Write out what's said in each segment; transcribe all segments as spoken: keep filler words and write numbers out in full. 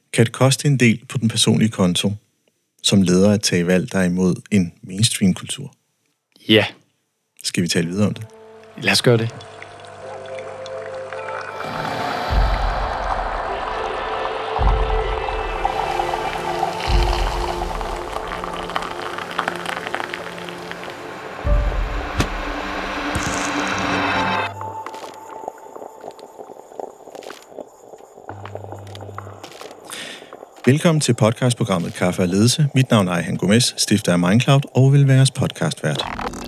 Kan det koste en del på den personlige konto, som leder at tage valg, der er imod en mainstream-kultur? Ja. Skal vi tale videre om det? Lad os gøre det. Velkommen til podcastprogrammet Kaffe og Ledelse. Mit navn er Ejhan Gomez, stifter af Mindcloud og vil være jeres podcastvært.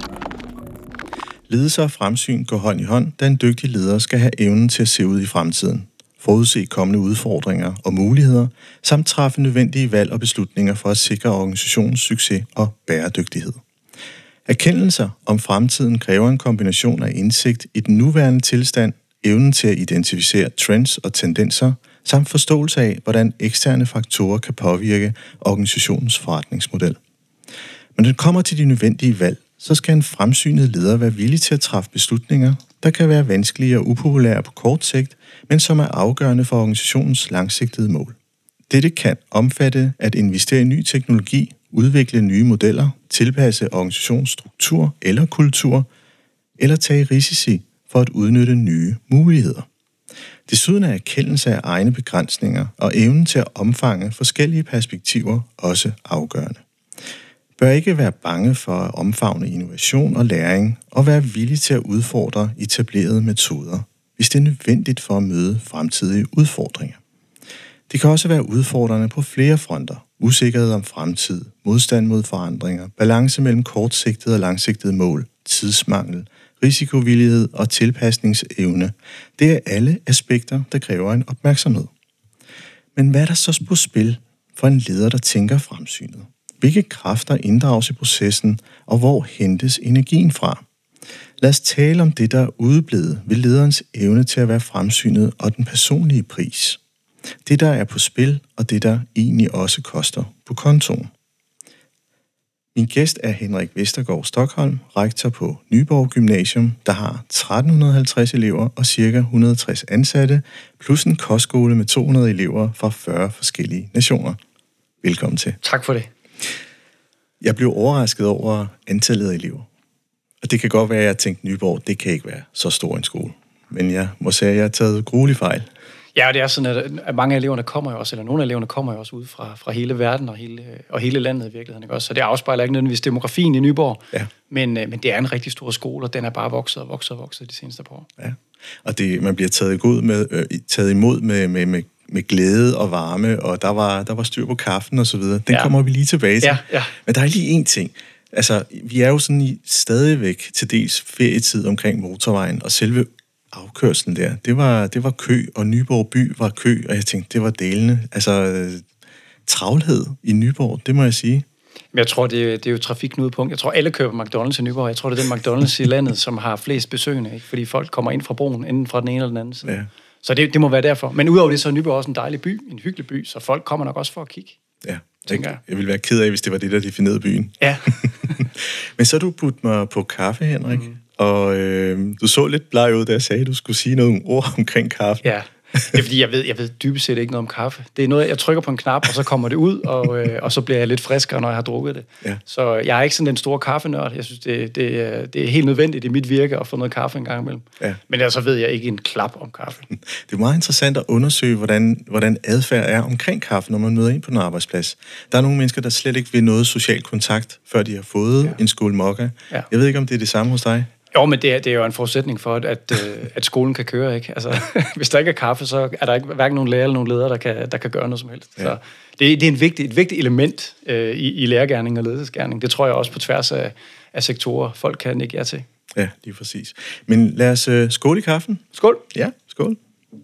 Ledelse og fremsyn går hånd i hånd, da en dygtig leder skal have evnen til at se ud i fremtiden, forudse kommende udfordringer og muligheder, samt træffe nødvendige valg og beslutninger for at sikre organisationens succes og bæredygtighed. Erkendelser om fremtiden kræver en kombination af indsigt i den nuværende tilstand, evnen til at identificere trends og tendenser, samt forståelse af, hvordan eksterne faktorer kan påvirke organisationens forretningsmodel. Men når det kommer til de nødvendige valg, så skal en fremsynet leder være villig til at træffe beslutninger, der kan være vanskelige og upopulære på kort sigt, men som er afgørende for organisationens langsigtede mål. Dette kan omfatte at investere i ny teknologi, udvikle nye modeller, tilpasse organisationens struktur eller kultur, eller tage risici for at udnytte nye muligheder. Desuden er erkendelse af egne begrænsninger og evnen til at omfange forskellige perspektiver også afgørende. Bør ikke være bange for at omfavne innovation og læring og være villig til at udfordre etablerede metoder, hvis det er nødvendigt for at møde fremtidige udfordringer. Det kan også være udfordrende på flere fronter. Usikkerhed om fremtid, modstand mod forandringer, balance mellem kortsigtede og langsigtede mål, tidsmangel, risikovillighed og tilpasningsevne. Det er alle aspekter, der kræver en opmærksomhed. Men hvad er der så på spil for en leder, der tænker fremsynet? Hvilke kræfter inddrages i processen, og hvor hentes energien fra? Lad os tale om det, der er udeblevet ved lederens evne til at være fremsynet og den personlige pris. Det, der er på spil, og det, der egentlig også koster på kontoen. Min gæst er Henrik Vestergaard Stockholm, rektor på Nyborg Gymnasium, der har tretten halvtreds elever og ca. et hundrede og tres ansatte, plus en kostskole med to hundrede elever fra fyrre forskellige nationer. Velkommen til. Tak for det. Jeg blev overrasket over antallet af elever. Og det kan godt være, at jeg tænkte, Nyborg, det kan ikke være så stor en skole. Men jeg må sige, at jeg har taget gruelig fejl. Ja, og det er sådan, at mange af eleverne kommer jo også, eller nogle af eleverne kommer jo også ud fra, fra hele verden og hele, og hele landet i virkeligheden. Ikke også? Så det afspejler ikke nødvendigvis demografien i Nyborg, ja. men, men det er en rigtig stor skole, og den er bare vokset og vokset og vokset de seneste par år. Ja, og det, man bliver taget, god med, øh, taget imod med, med, med, med glæde og varme, og der var, der var styr på kaffen og så videre. Den ja. kommer vi lige tilbage til. Ja, ja. Men der er lige én ting. Altså, vi er jo sådan i stadigvæk til dels ferietid omkring motorvejen, og selve afkørslen der, det var, det var kø, og Nyborg by var kø, og jeg tænkte, det var delende. Altså, travlhed i Nyborg, det må jeg sige. Men jeg tror, det er, det er jo trafikknudepunkt. Jeg tror, alle kører på McDonald's i Nyborg. Jeg tror, det er den McDonald's i landet, som har flest besøgende, ikke? Fordi folk kommer ind fra broen, enten fra den ene eller den anden side. Ja. Så det, det må være derfor. Men udover det, så er Nyborg også en dejlig by, en hyggelig by, så folk kommer nok også for at kigge. Ja, tænker jeg. Jeg ville være ked af, hvis det var det, der definerede byen. Ja. Men så du putt mig på kaffe, Henrik. Mm. Og øh, du så lidt bleg ud, da jeg sagde, at du skulle sige nogle ord omkring kaffe. Ja, det er fordi, jeg ved, jeg ved dybest set ikke noget om kaffe. Det er noget, jeg trykker på en knap, og så kommer det ud, og, øh, og så bliver jeg lidt friskere, når jeg har drukket det. Ja. Så jeg er ikke sådan den store kaffenørd. Jeg synes, det, det, det er helt nødvendigt i mit virke at få noget kaffe en gang imellem. Ja. Men ellers så ved jeg ikke en klap om kaffe. Det er meget interessant at undersøge, hvordan, hvordan adfærd er omkring kaffe, når man møder ind på en arbejdsplads. Der er nogle mennesker, der slet ikke vil noget social kontakt, før de har fået ja. en skål mokka. Ja. Jeg ved ikke, om det er det samme hos dig? Jo, men det er, det er jo en forudsætning for, at, at, at skolen kan køre, ikke? Altså, hvis der ikke er kaffe, så er der ikke hverken nogen lærer eller nogen ledere, der kan, der kan gøre noget som helst. Ja. Så det, det er en vigtig, et vigtigt element øh, i, i lærergerning og ledelsesgerning. Det tror jeg også på tværs af, af sektorer, folk kan ikke jer til. Ja, lige præcis. Men lad os øh, skåle i kaffen. Skål. Ja, skål.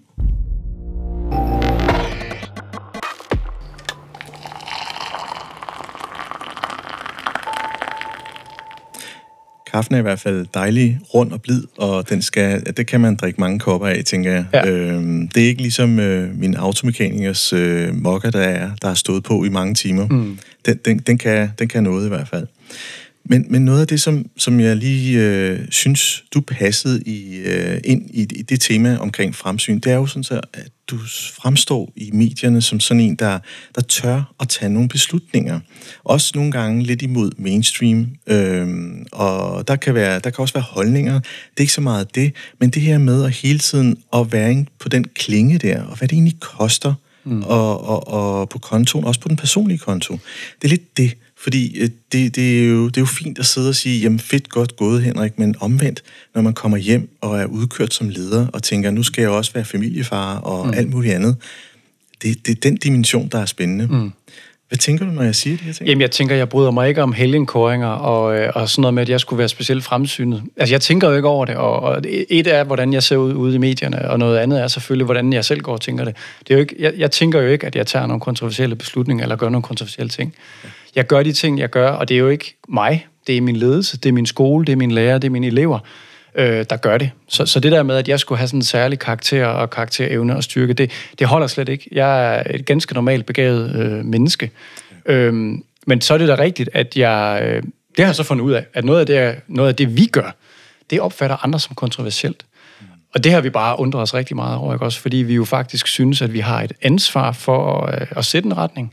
Kaffen er i hvert fald dejlig, rund og blid, og den skal, det kan man drikke mange kopper af, tænker jeg. Ja. Øhm, det er ikke ligesom øh, min automekanikers øh, mokka, der er, der har stået på i mange timer. Mm. Den, den, den, kan, den kan noget i hvert fald. Men, men noget af det, som, som jeg lige øh, synes, du passede i, øh, ind i, i det tema omkring fremsyn, det er jo sådan så, at du fremstår i medierne som sådan en, der, der tør at tage nogle beslutninger. Også nogle gange lidt imod mainstream, øhm, og der kan, være, der kan også være holdninger. Det er ikke så meget det, men det her med at hele tiden at være på den klinge der, og hvad det egentlig koster, mm. og, og, og på kontoen, også på den personlige konto. Det er lidt det, fordi det, det, er jo, det er jo fint at sidde og sige, jamen fedt, godt gået, Henrik, men omvendt, når man kommer hjem og er udkørt som leder, og tænker, nu skal jeg også være familiefar og mm. alt muligt andet. Det, det er den dimension, der er spændende. Mm. Hvad tænker du, når jeg siger det her ting? Jamen, jeg tænker, jeg bryder mig ikke om helgenkåringer og, og sådan noget med, at jeg skulle være specielt fremsynet. Altså, jeg tænker jo ikke over det, og, og et er, hvordan jeg ser ud ude i medierne, og noget andet er selvfølgelig, hvordan jeg selv går og tænker det. Det er jo ikke, jeg, jeg tænker jo ikke, at jeg tager nogle kontroversielle beslutninger, eller gør nogle kontroversielle ting. Ja. Jeg gør de ting, jeg gør, og det er jo ikke mig. Det er min ledelse, det er min skole, det er mine lærere, det er mine elever, øh, der gør det. Så, så det der med, at jeg skulle have sådan en særlig karakter og karakterevne og styrke, det, det holder slet ikke. Jeg er et ganske normalt begavet øh, menneske. Ja. Øhm, men så er det da rigtigt, at jeg... Øh, det har jeg så fundet ud af, at noget af det, noget af det vi gør, det opfatter andre som kontroversielt. Mm. Og det har vi bare undret os rigtig meget over, ikke også? Fordi vi jo faktisk synes, at vi har et ansvar for at, at sætte en retning.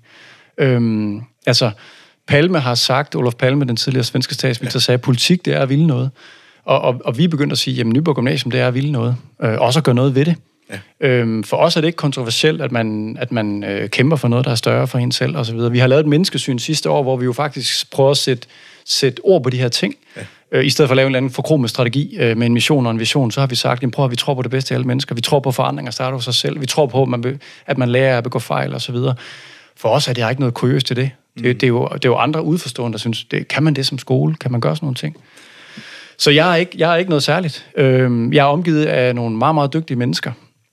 Øhm, altså, Palme har sagt, Olof Palme, den tidligere svenske statsminister, ja. sagde, at politik, det er at ville noget. Og, og, og vi er begyndt at sige, at Nyborg Gymnasium, det er at ville noget. Øh, også at gøre noget ved det. Ja. Øhm, for os er det ikke kontroversielt, at man, at man øh, kæmper for noget, der er større for en selv, og så videre. Vi har lavet et menneskesyn sidste år, hvor vi jo faktisk prøver at sætte, sætte ord på de her ting. Ja. Øh, I stedet for at lave en eller anden forkromet strategi øh, med en mission og en vision, så har vi sagt, at vi tror på det bedste af alle mennesker. Vi tror på forandringer starter hos sig selv. Vi tror på, at man, be, at man lærer at begå fejl, og så videre. For os er det ikke noget kuriøst til det. Det, mm. det, er jo, det er jo andre udforstående, der synes, det, kan man det som skole? Kan man gøre sådan nogle ting? Så jeg er ikke, jeg er ikke noget særligt. Øhm, jeg er omgivet af nogle meget, meget dygtige mennesker.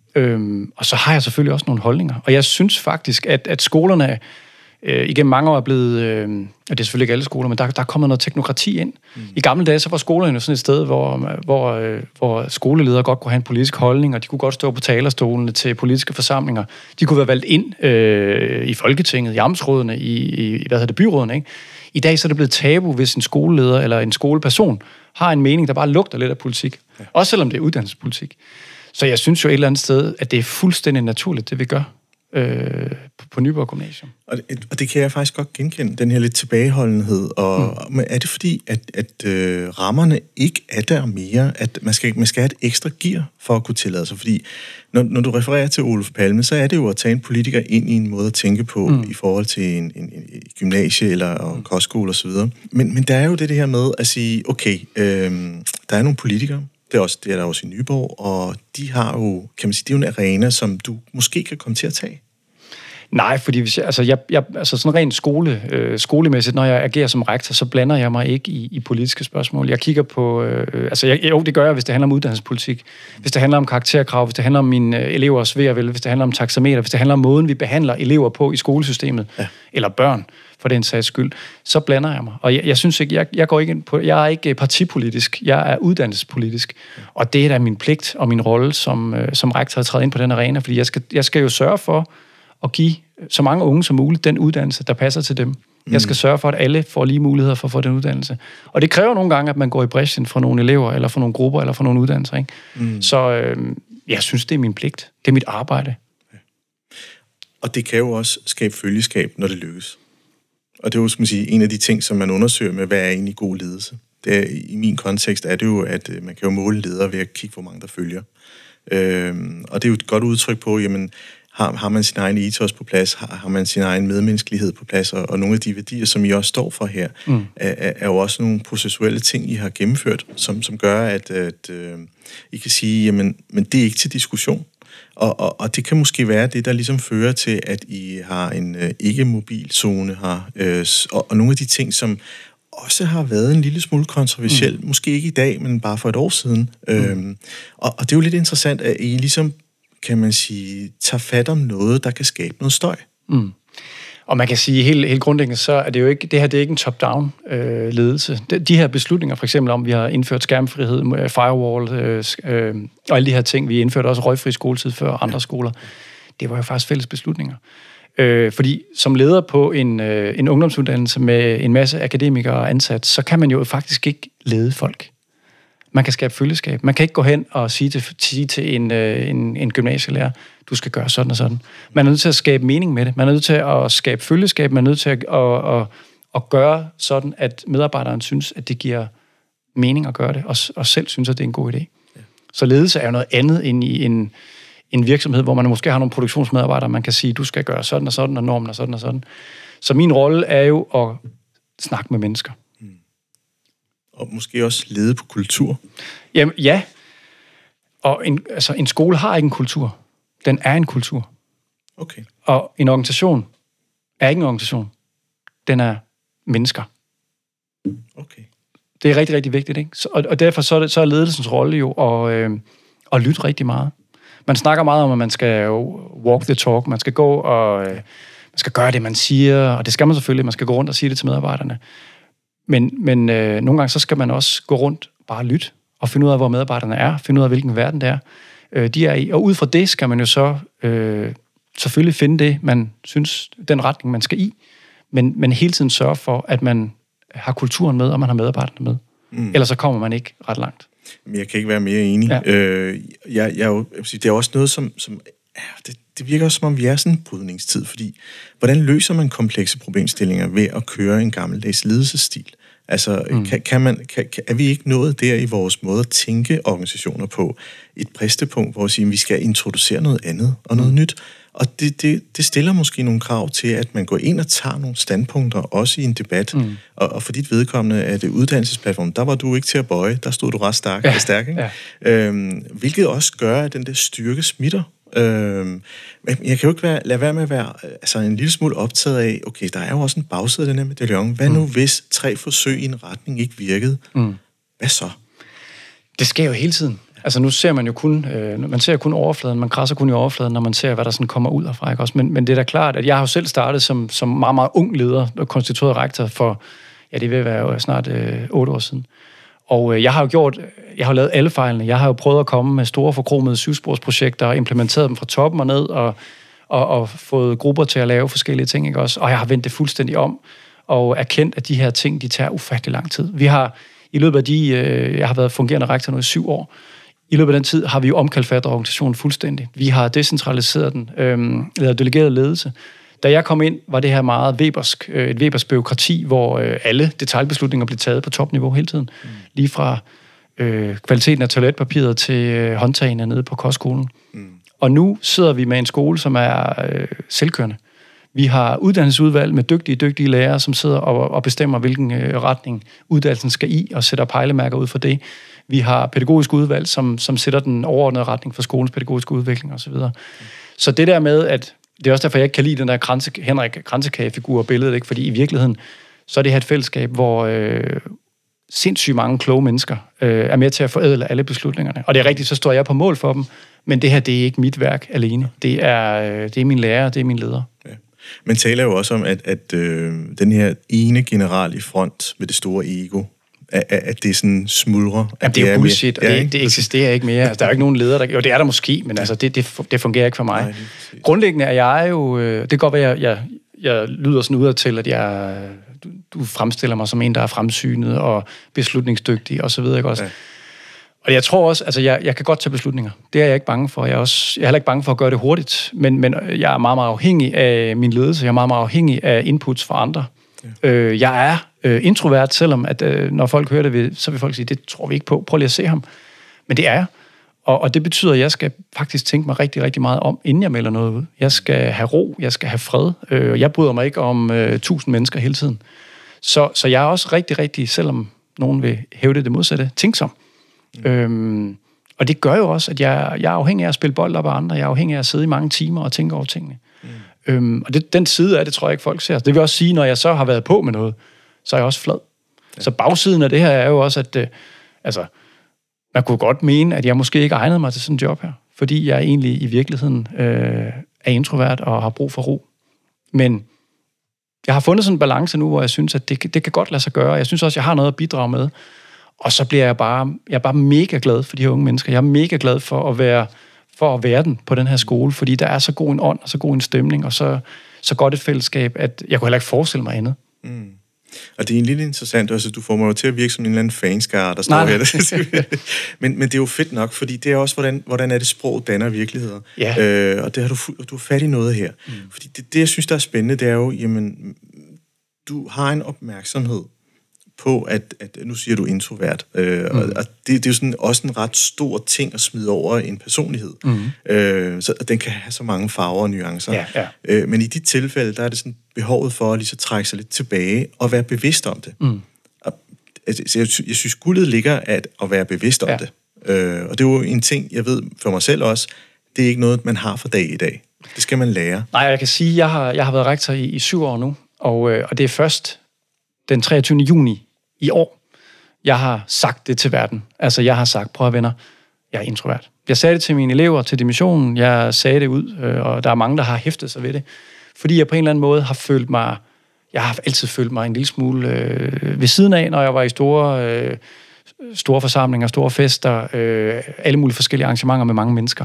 Øhm, og så har jeg selvfølgelig også nogle holdninger. Og jeg synes faktisk, at, at skolerne øh, igennem mange år er blevet... Øh, og det er selvfølgelig ikke alle skoler, men der, der er kommet noget teknokrati ind. Mm. I gamle dage, så var skolerne jo sådan et sted, hvor, hvor, øh, hvor skoleledere godt kunne have en politisk holdning, og de kunne godt stå på talerstolene til politiske forsamlinger. De kunne være valgt ind øh, i Folketinget, i amtsrådene, i, i hvad hedder det, byrådene, ikke? I dag så er det blevet tabu, hvis en skoleleder eller en skoleperson har en mening, der bare lugter lidt af politik. Ja. Også selvom det er uddannelsespolitik. Så jeg synes jo et eller andet sted, at det er fuldstændig naturligt, det vi gør øh, på Nyborg Gymnasium. Og det, og det kan jeg faktisk godt genkende, den her lidt tilbageholdenhed. Og, mm. Men er det fordi, at, at øh, rammerne ikke er der mere, at man skal, man skal have et ekstra gear for at kunne tillade sig? Fordi når, når du refererer til Olof Palme, så er det jo at tage en politiker ind i en måde at tænke på mm. i forhold til en, en, en gymnasie eller en kostskole osv. Men, men der er jo det, det her med at sige, okay, øh, der er nogle politikere, det er, også, det er der også i Nyborg, og de har jo, kan man sige, det er jo en arena, som du måske kan komme til at tage. Nej, fordi hvis jeg, altså, jeg, jeg, altså sådan rent skole, øh, skolemæssigt, når jeg agerer som rektor, så blander jeg mig ikke i, i politiske spørgsmål. Jeg kigger på, øh, altså jeg, jo, det gør jeg, hvis det handler om uddannelsespolitik, hvis det handler om karakterkrav, hvis det handler om mine elevers ve og vel, hvis det handler om taxameter, hvis det handler om måden, vi behandler elever på i skolesystemet, ja. Eller børn, for den sags skyld, så blander jeg mig. Og jeg, jeg synes ikke, jeg, jeg går ikke ind på, jeg er ikke partipolitisk, jeg er uddannelsespolitisk, ja. Og det er da min pligt og min rolle som, øh, som rektor at træde ind på den arena, fordi jeg skal, jeg skal jo sørge for at give så mange unge som muligt den uddannelse, der passer til dem. Mm. Jeg skal sørge for, at alle får lige muligheder for at få den uddannelse. Og det kræver nogle gange, at man går i brechen fra nogle elever, eller fra nogle grupper, eller fra nogle uddannelser. Ikke? Mm. Så øh, jeg synes, det er min pligt. Det er mit arbejde. Ja. Og det kan jo også skabe følgeskab, når det lykkes. Og det er jo, skal man sige, en af de ting, som man undersøger med, hvad er egentlig god ledelse. Det er, i min kontekst er det jo, at man kan jo måle ledere ved at kigge, hvor mange der følger. Øhm, og det er jo et godt udtryk på, jamen, Har, har man sin egen ethos på plads, har, har man sin egen medmenneskelighed på plads, og, og nogle af de værdier, som I også står for her, mm. er, er jo også nogle processuelle ting, I har gennemført, som, som gør, at, at øh, I kan sige, jamen, men det er ikke til diskussion. Og, og, og det kan måske være det, der ligesom fører til, at I har en øh, ikke-mobilzone her, øh, og, og nogle af de ting, som også har været en lille smule kontroversiel, mm. måske ikke i dag, men bare for et år siden. Mm. Øhm, og, og det er jo lidt interessant, at I ligesom, kan man sige, tager fat om noget, der kan skabe noget støj. Mm. Og man kan sige, helt, helt grundlæggende, så er det jo ikke, det her det er ikke en top-down øh, ledelse. De, de her beslutninger, for eksempel om, vi har indført skærmfrihed, firewall, øh, øh, og alle de her ting, vi indførte også røgfri skoletid før andre skoler, det var jo faktisk fælles beslutninger. Øh, fordi som leder på en, øh, en ungdomsuddannelse med en masse akademikere ansat, så kan man jo faktisk ikke lede folk. Man kan skabe følgeskab. Man kan ikke gå hen og sige til, sige til en, en, en gymnasielærer, du skal gøre sådan og sådan. Man er nødt til at skabe mening med det. Man er nødt til at skabe følgeskab. Man er nødt til at, at, at, at gøre sådan, at medarbejderen synes, at det giver mening at gøre det, og, og selv synes, at det er en god idé. Ja. Så ledelse er jo noget andet end i en, en virksomhed, hvor man måske har nogle produktionsmedarbejdere, man kan sige, du skal gøre sådan og sådan, og normen og sådan og sådan. Så min rolle er jo at snakke med mennesker. Mm. Og måske også lede på kultur. Jamen, ja. Og en, altså, en skole har ikke en kultur. Den er en kultur. Okay. Og en organisation er ikke en organisation. Den er mennesker. Okay. Det er rigtig, rigtig vigtigt, ikke? Så, og, og derfor så er, det, så er ledelsens rolle jo at, øh, at lytte rigtig meget. Man snakker meget om, at man skal walk the talk. Man skal gå og... Øh, man skal gøre det, man siger, og det skal man selvfølgelig. Man skal gå rundt og sige det til medarbejderne. Men, men øh, nogle gange så skal man også gå rundt og bare lytte, og finde ud af, hvor medarbejderne er, finde ud af, hvilken verden det er, øh, de er i. Og ud fra det skal man jo så øh, selvfølgelig finde det, man synes, den retning, man skal i, men, men hele tiden sørge for, at man har kulturen med, og man har medarbejderne med. Mm. Ellers så kommer man ikke ret langt. Jeg kan ikke være mere enig. Ja. Øh, jeg, jeg, jeg, det er også noget, som... som ja, det, det virker også, som om vi er sådan en brydningstid, fordi hvordan løser man komplekse problemstillinger ved at køre en gammeldags ledelsesstil? Altså, mm. kan, kan man, kan, er vi ikke nået der i vores måde at tænke organisationer på et bristepunkt, hvor vi siger, at vi skal introducere noget andet og noget mm. nyt? Og det, det, det stiller måske nogle krav til, at man går ind og tager nogle standpunkter, også i en debat. Mm. Og, og for dit vedkommende er det uddannelsesplatform, der var du ikke til at bøje, der stod du ret stærk, ja. stærk ikke? Ja. Øhm, hvilket også gør, at den der styrke smitter. Øhm, men jeg kan jo ikke være, lade være med at være altså en lille smule optaget af, okay, der er jo også en bagside af den her medaljon. Hvad mm. nu, hvis tre forsøg i en retning ikke virkede? Mm. Hvad så? Det sker jo hele tiden. Altså nu ser man jo kun, øh, man ser kun overfladen, man krasser kun i overfladen, når man ser, hvad der sådan kommer ud af ikke også? Men, men det er da klart, at jeg har jo selv startet som, som meget, meget ung leder og konstitueret rektor for, ja, det vil være snart øh, otte år siden. Og øh, jeg har jo gjort, jeg har lavet alle fejlene. Jeg har jo prøvet at komme med store forkromede syvsporsprojekter og implementeret dem fra toppen og ned og, og, og fået grupper til at lave forskellige ting, ikke også? Og jeg har vendt det fuldstændig om og erkendt, at de her ting, de tager ufattelig lang tid. Vi har i løbet af de, øh, jeg har været fungerende rektor nu i syv år, i løbet af den tid har vi jo omkalfatret organisationen fuldstændig. Vi har decentraliseret den, øh, eller delegeret ledelse. Da jeg kom ind, var det her meget webersk, øh, et webersk bureaukrati, hvor øh, alle detailbeslutninger blev taget på topniveau hele tiden. Mm. Lige fra øh, kvaliteten af toiletpapiret til øh, håndtagene nede på kostskolen. Mm. Og nu sidder vi med en skole, som er øh, selvkørende. Vi har uddannelsesudvalg med dygtige, dygtige lærere, som sidder og, og bestemmer, hvilken øh, retning uddannelsen skal i, og sætter pejlemærker ud for det. Vi har pædagogisk udvalg, som, som sætter den overordnede retning for skolens pædagogiske udvikling osv. Mm. Så det der med, at det er også derfor, jeg ikke kan lide den der kranse, Henrik Kransekagefigur og billedet, ikke? Fordi i virkeligheden, så er det her et fællesskab, hvor øh, sindssygt mange kloge mennesker øh, er med til at forædle alle beslutningerne. Og det er rigtigt, så står jeg på mål for dem, men det her, det er ikke mit værk alene. Det er, øh, det er min lærer, det er min leder. Ja. Man taler jo også om, at, at øh, den her ene general i front med det store ego, at, at det sådan smuldrer. Jamen, det er jo bullshit, mere, og det, ja, det eksisterer ikke mere. Altså, der er jo ikke nogen leder, der... Jo, det er der måske, men altså, det, det, det fungerer ikke for mig. Nej, grundlæggende er jeg jo... Det kan godt være, jeg, jeg, jeg lyder sådan udadtil, at jeg, du, du fremstiller mig som en, der er fremsynet og beslutningsdygtig, og så videre, ikke også? Ja. Og jeg tror også, altså, jeg, jeg kan godt tage beslutninger. Det er jeg ikke bange for. Jeg er, også, jeg er heller ikke bange for at gøre det hurtigt, men, men jeg er meget, meget afhængig af min ledelse. Jeg er meget, meget afhængig af inputs fra andre. Ja. Øh, jeg er øh, introvert, selvom at, øh, når folk hører det, så vil folk sige, det tror vi ikke på. Prøv lige at se ham. Men det er jeg. Og, og det betyder, at jeg skal faktisk tænke mig rigtig, rigtig meget om, inden jeg melder noget ud. Jeg skal have ro, jeg skal have fred. Øh, jeg bryder mig ikke om øh, tusind mennesker hele tiden. Så, så jeg er også rigtig, rigtig, selvom nogen vil hævde det modsatte, tænksom. Mm. Øhm, og det gør jo også, at jeg, jeg er afhængig af at spille bold op af andre. Jeg er afhængig af at sidde i mange timer og tænke over tingene. Mm. Øhm, og det, den side af det, tror jeg ikke, folk ser. Det vil også sige, når jeg så har været på med noget, så er jeg også flad. Ja. Så bagsiden af det her er jo også, at øh, altså, man kunne godt mene, at jeg måske ikke egnede mig til sådan en job her. Fordi jeg egentlig i virkeligheden øh, er introvert og har brug for ro. Men jeg har fundet sådan en balance nu, hvor jeg synes, at det, det kan godt lade sig gøre. Jeg synes også, at jeg har noget at bidrage med. Og så bliver jeg bare, jeg er bare mega glad for de her unge mennesker. Jeg er mega glad for at være, for at være den på den her skole, fordi der er så god en ånd, og så god en stemning, og så, så godt et fællesskab, at jeg kunne heller ikke forestille mig andet. Mm. Og det er en lidt interessant, altså du får mig jo til at virke som en eller anden fanskare, der står nej, her. men, men det er jo fedt nok, fordi det er også, hvordan, hvordan er det sprog danner virkeligheder. Ja. Øh, og det har du, du har fat i noget her. Mm. Fordi det, det, jeg synes, der er spændende, det er jo, jamen, du har en opmærksomhed på, at, at nu siger du introvert, øh, mm. og, og det, det er jo sådan også en ret stor ting at smide over en personlighed. Mm. Øh, så den kan have så mange farver og nuancer. Ja, ja. Øh, men i de tilfælde, der er det sådan behovet for at lige så trække sig lidt tilbage og være bevidst om det. Mm. Og, altså, jeg, jeg synes, guldet ligger at, at være bevidst om ja. det. Øh, og det er jo en ting, jeg ved for mig selv også, det er ikke noget, man har fra dag i dag. Det skal man lære. Nej, jeg kan sige, at jeg har, jeg har været rektor i, i syv år nu, og, øh, og det er først den treogtyvende juni i år, jeg har sagt det til verden. Altså, jeg har sagt, prøv at venner, jeg er introvert. Jeg sagde det til mine elever til dimissionen, jeg sagde det ud, øh, og der er mange, der har hæftet sig ved det. Fordi jeg på en eller anden måde har følt mig, jeg har altid følt mig en lille smule øh, ved siden af, når jeg var i store, øh, store forsamlinger, store fester, øh, alle mulige forskellige arrangementer med mange mennesker.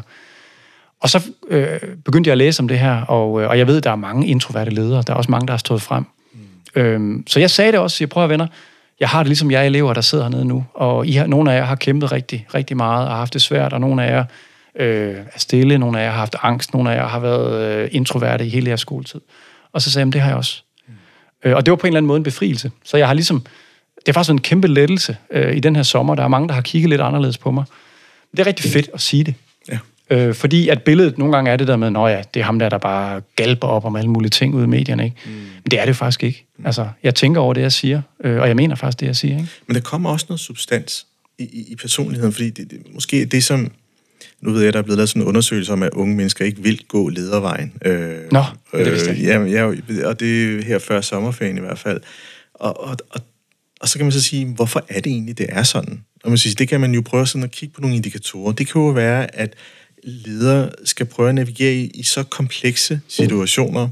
Og så øh, begyndte jeg at læse om det her, og, øh, og jeg ved, at der er mange introverte ledere, der er også mange, der har stået frem. Mm. Øh, så jeg sagde det også, jeg prøver at venner, jeg har det ligesom jeg elever, der sidder hernede nu, og I har, nogle af jer har kæmpet rigtig, rigtig meget og har haft det svært, og nogle af jer øh, er stille, nogle af jer har haft angst, nogle af jer har været øh, introverte i hele jeres skoletid. Og så sagde jeg, det har jeg også. Mm. Øh, og det var på en eller anden måde en befrielse. Så jeg har ligesom, det er faktisk en kæmpe lettelse øh, i den her sommer. Der er mange, der har kigget lidt anderledes på mig. Men det er rigtig fedt at sige det. Ja. Øh, fordi at billedet nogle gange er det der med, nå ja, det er ham der, der bare galper op om alle mulige ting ude i medierne, ikke? Mm. Men det er det faktisk ikke. Mm. Altså, jeg tænker over det, jeg siger, øh, og jeg mener faktisk det, jeg siger, ikke? Men der kommer også noget substans i, i, i personligheden, fordi det, det, måske det som, nu ved jeg, der er blevet lavet sådan en undersøgelse om, at unge mennesker ikke vil gå ledervejen. Øh, nå, øh, det vidste jeg. Ja, ja, og det er her før sommerferien i hvert fald. Og, og, og, og så kan man så sige, hvorfor er det egentlig, det er sådan? Og man siger, det kan man jo prøve sådan at kigge på nogle indikatorer. Det kan jo være, at ledere skal prøve at navigere i, i så komplekse situationer,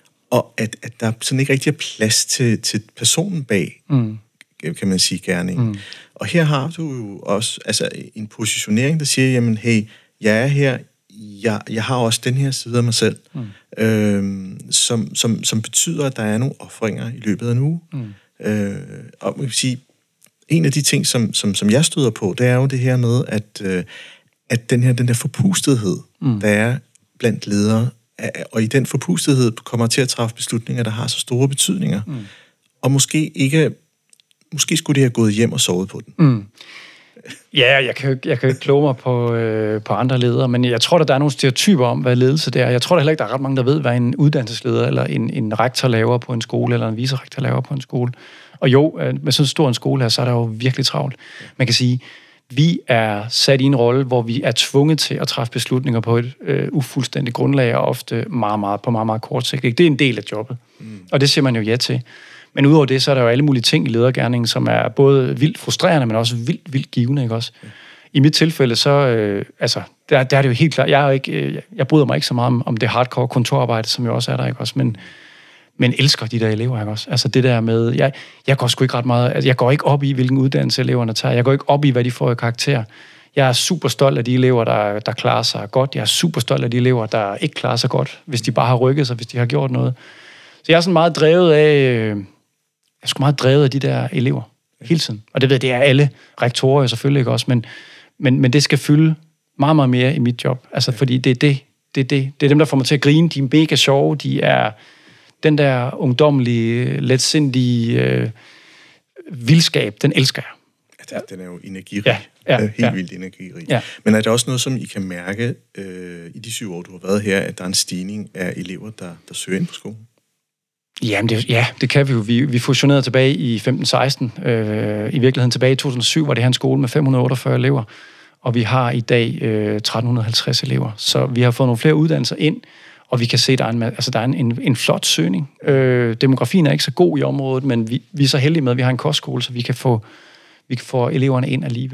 og at, at der sådan ikke rigtig er plads til, til personen bag, mm. kan man sige, gerningen. Mm. Og her har du jo også altså, en positionering, der siger, jamen, hey, jeg er her, jeg, jeg har også den her side af mig selv, mm. øhm, som, som, som betyder, at der er nogle ofringer i løbet af en uge. Mm. Øh, og man kan sige, en af de ting, som, som, som jeg støder på, det er jo det her med, at øh, at den her, den der forpustethed, mm. der er blandt ledere, og i den forpustethed kommer til at træffe beslutninger, der har så store betydninger. Mm. Og måske ikke, måske skulle det have gået hjem og sovet på den. Mm. Ja, jeg kan jo jeg kan ikke kloge mig på, øh, på andre ledere, men jeg tror, at der er nogle stereotyper om, hvad ledelse det er. Jeg tror da heller ikke, der er ret mange, der ved, hvad en uddannelsesleder eller en, en rektor laver på en skole, eller en vicerektor laver på en skole. Og jo, med sådan en stor en skole her, så er der jo virkelig travlt. Man kan sige, vi er sat i en rolle, hvor vi er tvunget til at træffe beslutninger på et øh, ufuldstændigt grundlag, og ofte meget, meget, på meget, meget kort sigt. Det er en del af jobbet, mm. og det siger man jo ja til. Men udover det, så er der jo alle mulige ting i ledergerningen, som er både vildt frustrerende, men også vildt, vildt givende, ikke også? Mm. I mit tilfælde, så, øh, altså, der, der er det jo helt klart, jeg, er ikke, øh, jeg bryder mig ikke så meget om, om det hardcore kontorarbejde, som jo også er der, ikke også? Men, men elsker de der elever, ikke også? Altså det der med, jeg, jeg går sgu ikke ret meget, altså, jeg går ikke op i, hvilken uddannelse eleverne tager, jeg går ikke op i, hvad de får i karakter. Jeg er super stolt af de elever, der, der klarer sig godt, jeg er super stolt af de elever, der ikke klarer sig godt, hvis de bare har rykket sig, hvis de har gjort noget. Så jeg er sådan meget drevet af, øh, jeg er sgu meget drevet af de der elever, hele tiden. Og det ved jeg, det er alle rektorer selvfølgelig ikke også, men, men, men det skal fylde meget, meget mere i mit job. Altså fordi det er det, det er det, det er dem, der får mig til at grine, de er mega sjove, de er den der ungdomlige, letsindige øh, vildskab, den elsker jeg. Ja, den er jo energirig. Ja, ja, helt ja. vildt energirig. Ja. Men er der også noget, som I kan mærke øh, i de syv år, du har været her, at der er en stigning af elever, der, der søger ind på skolen? Jamen det, ja, det kan vi jo. Vi, vi fusionerede tilbage i femten seksten. Øh, I virkeligheden tilbage i to tusind og syv var det her en skole med fem hundrede og otteogfyrre elever, og vi har i dag øh, tretten halvtreds elever. Så vi har fået nogle flere uddannelser ind, og vi kan se, at der er en, altså, der er en, en, en flot søgning. Øh, demografien er ikke så god i området, men vi, vi er så heldige med, at vi har en kostskole, så vi kan få, vi kan få eleverne ind alligevel. Ikke?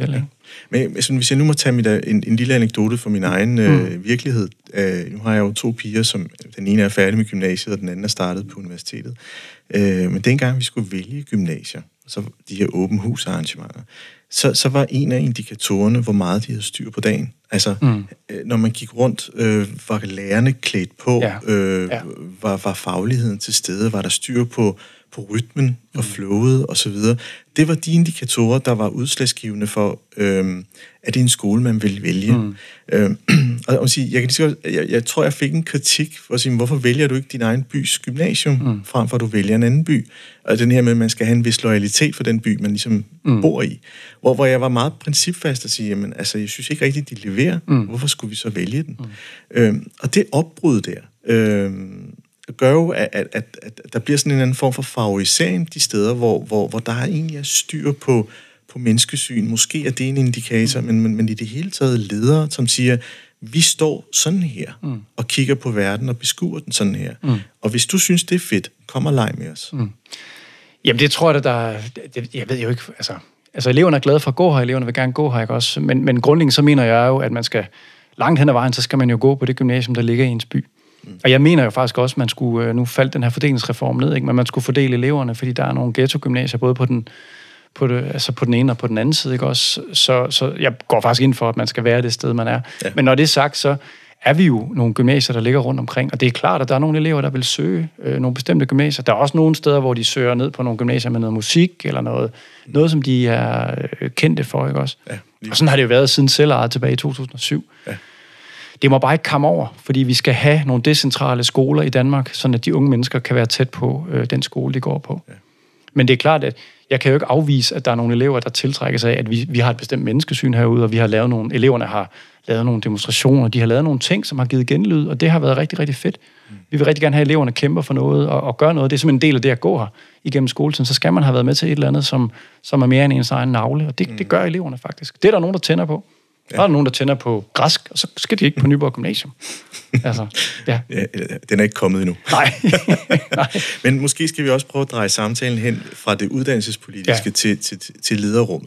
Men altså, hvis jeg nu må tage mit, en, en lille anekdote fra min egen mm. øh, virkelighed. Øh, nu har jeg jo to piger, som den ene er færdig med gymnasiet, og den anden er startet på universitetet. Øh, men dengang vi skulle vælge gymnasier, så de her åben hus arrangementer, så, så var en af indikatorerne, hvor meget de havde styr på dagen. Altså, mm. når man gik rundt, øh, var lærerne klædt på, ja. Øh, ja. Var, var fagligheden til stede, var der styr på, på rytmen og mm. flowet og så videre. Det var de indikatorer, der var udslagsgivende for, øh, at det er en skole, man vil vælge. Mm. Øh, og, og sige, jeg, kan lige, jeg, jeg tror, jeg fik en kritik for at sige, hvorfor vælger du ikke din egen bys gymnasium, mm. frem for at du vælger en anden by? Og den her med, at man skal have en vis loyalitet for den by, man ligesom mm. bor i. Hvor, hvor jeg var meget principfast at sige, jamen, altså, jeg synes ikke rigtigt, de leverer. Mm. Hvorfor skulle vi så vælge den? Mm. Øh, og det opbrud der, øh, gør jo, at, at, at, at der bliver sådan en anden form for favorisering de steder, hvor, hvor, hvor der egentlig er styr på, på menneskesyn. Måske er det en indikator, mm. men, men, men i det hele taget ledere, som siger, vi står sådan her, mm. og kigger på verden og beskuer den sådan her. Mm. Og hvis du synes, det er fedt, kom og leg med os. Mm. Jamen det tror jeg, der det, jeg ved jo ikke, altså, altså eleverne er glade for at gå her, eleverne vil gerne gå her, ikke også? Men, men grundlæggende så mener jeg jo, at man skal, langt hen ad vejen, så skal man jo gå på det gymnasium, der ligger i ens by. Mm. Og jeg mener jo faktisk også, at man skulle, nu faldt den her fordelingsreform ned, ikke? Men man skulle fordele eleverne, fordi der er nogle ghetto-gymnasier, både på den, på, det, altså på den ene og på den anden side, ikke også? Så, så jeg går faktisk ind for, at man skal være det sted, man er. Ja. Men når det er sagt, så er vi jo nogle gymnasier, der ligger rundt omkring, og det er klart, at der er nogle elever, der vil søge øh, nogle bestemte gymnasier. Der er også nogle steder, hvor de søger ned på nogle gymnasier med noget musik, eller noget, mm. noget som de er øh, kendte for, ikke også? Ja, og sådan har det jo været siden selvejet tilbage i to tusind og syv. Ja. Det må bare ikke komme over, fordi vi skal have nogle decentrale skoler i Danmark, sådan at de unge mennesker kan være tæt på øh, den skole, de går på. Ja. Men det er klart, at jeg kan jo ikke afvise, at der er nogle elever, der tiltrækker sig af, at vi, vi har et bestemt menneskesyn herude, og vi har lavet nogle, eleverne har lavet nogle demonstrationer, de har lavet nogle ting, som har givet genlyd, og det har været rigtig, rigtig fedt. Mm. Vi vil rigtig gerne have, at eleverne kæmper for noget og, og gør noget. Det er simpelthen en del af det at gå her igennem skoletiden. Så skal man have været med til et eller andet, som, som er mere end ens egen navle, og det, mm. det gør eleverne faktisk. Det er der nogen, der tænder på. Ja. Der er nogen, der tænder på græsk, og så skal de ikke på Nyborg Gymnasium. Altså, ja. Ja, den er ikke kommet endnu. Nej. Nej. Men måske skal vi også prøve at dreje samtalen hen fra det uddannelsespolitiske ja. til, til, til lederrummet.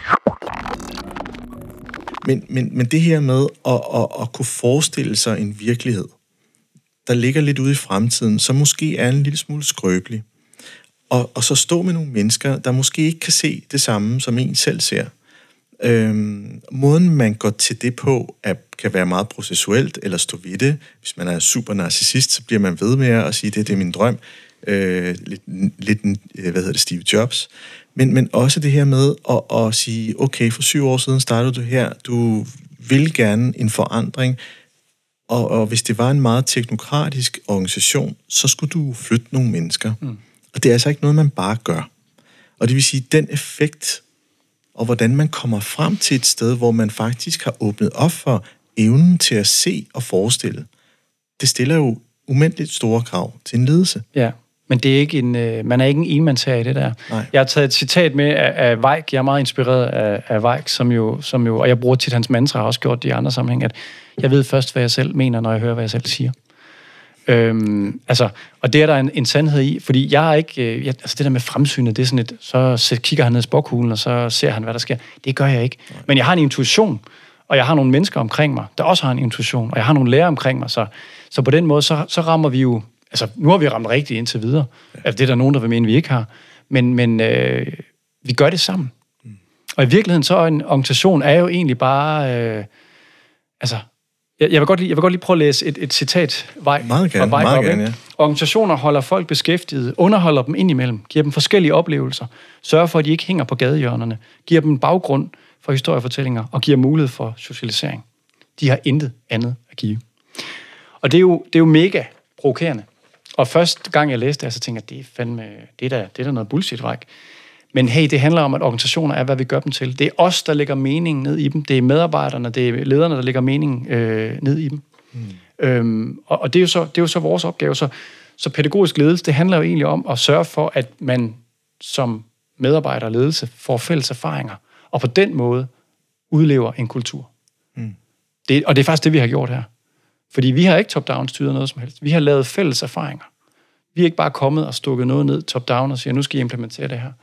Men, men, men det her med at, at, at kunne forestille sig en virkelighed, der ligger lidt ude i fremtiden, som måske er en lille smule skrøbelig, og, og så stå med nogle mennesker, der måske ikke kan se det samme, som en selv ser. Øhm, måden man går til det på at, kan være meget processuelt eller stå ved det. Hvis man er super narcissist, så bliver man ved med at sige, det, det er min drøm. Øh, lidt, lidt hvad hedder det, Steve Jobs. Men, men også det her med at, at sige, okay, for syv år siden startede du her, du vil gerne en forandring, og, og hvis det var en meget teknokratisk organisation, så skulle du flytte nogle mennesker. Mm. Og det er altså ikke noget, man bare gør. Og det vil sige, den effekt, og hvordan man kommer frem til et sted, hvor man faktisk har åbnet op for evnen til at se og forestille, det stiller jo umenneligt store krav til en ledelse. Ja, men det er ikke en, øh, man er ikke en enmandsherre i det der. Nej. Jeg har taget et citat med af, af Weik. Jeg er meget inspireret af, af Weik, som jo, som jo, og jeg bruger tit hans mantra, har også gjort det i andre sammenhæng, at jeg ved først, hvad jeg selv mener, når jeg hører, hvad jeg selv siger. Øhm, altså, og det er der en, en sandhed i, fordi jeg har ikke, øh, jeg, altså det der med fremsynet, det er sådan et, så kigger han ned i spåkuglen, og så ser han, hvad der sker. Det gør jeg ikke. Nej. Men jeg har en intuition, og jeg har nogle mennesker omkring mig, der også har en intuition, og jeg har nogle lærere omkring mig, så, så på den måde, så, så rammer vi jo, altså nu har vi ramt rigtigt indtil videre. Ja. Altså, det er der nogen, der vil mene, vi ikke har. Men, men øh, vi gør det sammen. Mm. Og i virkeligheden, så en organisation er jo egentlig bare, øh, altså, Jeg vil, godt lige, jeg vil godt lige prøve at læse et, et citat Vej, meget gerne, fra meget gerne, ja. Organisationer holder folk beskæftiget, underholder dem indimellem, giver dem forskellige oplevelser, sørger for, at de ikke hænger på gadehjørnerne, giver dem baggrund for historiefortællinger og giver mulighed for socialisering. De har intet andet at give. Og det er jo, det er jo mega provokerende. Og første gang jeg læste det, så tænkte jeg, det er fandme, det er da, det er da noget bullshit, Vej. Men hey, det handler om, at organisationer er, hvad vi gør dem til. Det er os, der lægger meningen ned i dem. Det er medarbejderne, det er lederne, der lægger meningen øh, ned i dem. Mm. Øhm, og og det, er jo så, det er jo så vores opgave. Så, så pædagogisk ledelse, det handler jo egentlig om at sørge for, at man som medarbejder og ledelse får fælles erfaringer, og på den måde udlever en kultur. Mm. Det, og det er faktisk det, vi har gjort her. Fordi vi har ikke top-down styret noget som helst. Vi har lavet fælles erfaringer. Vi er ikke bare kommet og stukket noget ned top-down og siger, nu skal I implementere det her.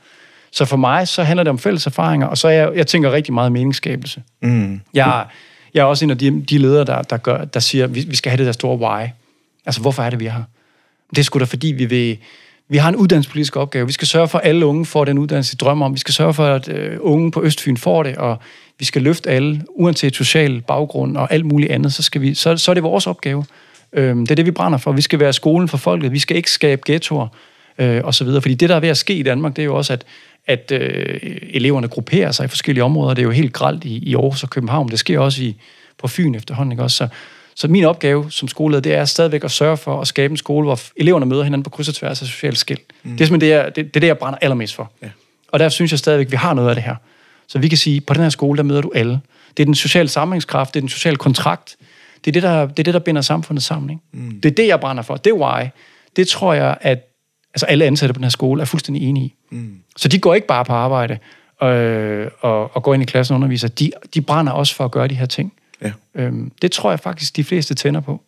Så for mig, så handler det om fælles erfaringer, og så er jeg, jeg tænker rigtig meget meningsskabelse. Mm. Jeg, jeg er også en af de, de ledere, der, der, gør, der siger, at vi, vi skal have det der store why. Altså, hvorfor er det, vi er her? Det er sgu da, fordi vi vil... Vi har en uddannelsespolitisk opgave. Vi skal sørge for, at alle unge får den uddannelse, de drømmer om. Vi skal sørge for, at øh, unge på Østfyn får det, og vi skal løfte alle, uanset social baggrund og alt muligt andet. Så, skal vi, så, så er det vores opgave. Øhm, det er det, vi brænder for. Vi skal være skolen for folket. Vi skal ikke skabe ghettoer øh, og så videre. Fordi det, der er ved at ske i Danmark, det er jo også, at, at øh, eleverne grupperer sig i forskellige områder. Det er jo helt grelt i, i Aarhus og København. Det sker også i, på Fyn efterhånden, ikke også? Så, Så min opgave som skoleleder, det er stadigvæk at sørge for at skabe en skole, hvor eleverne møder hinanden på kryds og tværs af sociale skel. Mm. Det er simpelthen det, jeg, det, det, er det, jeg brænder allermest for. Ja. Og der synes jeg stadigvæk, at vi har noget af det her. Så vi kan sige, på den her skole, der møder du alle. Det er den sociale sammenhængskraft, det er den sociale kontrakt. Det er det, der, det er det, der binder samfundet sammen. Ikke? Mm. Det er det, jeg brænder for. Det er why. Det tror jeg, at altså alle ansatte på den her skole er fuldstændig enige i. Mm. Så de går ikke bare på arbejde øh, og, og går ind i klassen og underviser. De, de brænder også for at gøre de her ting. Ja. Øhm, det tror jeg faktisk, de fleste tænder på.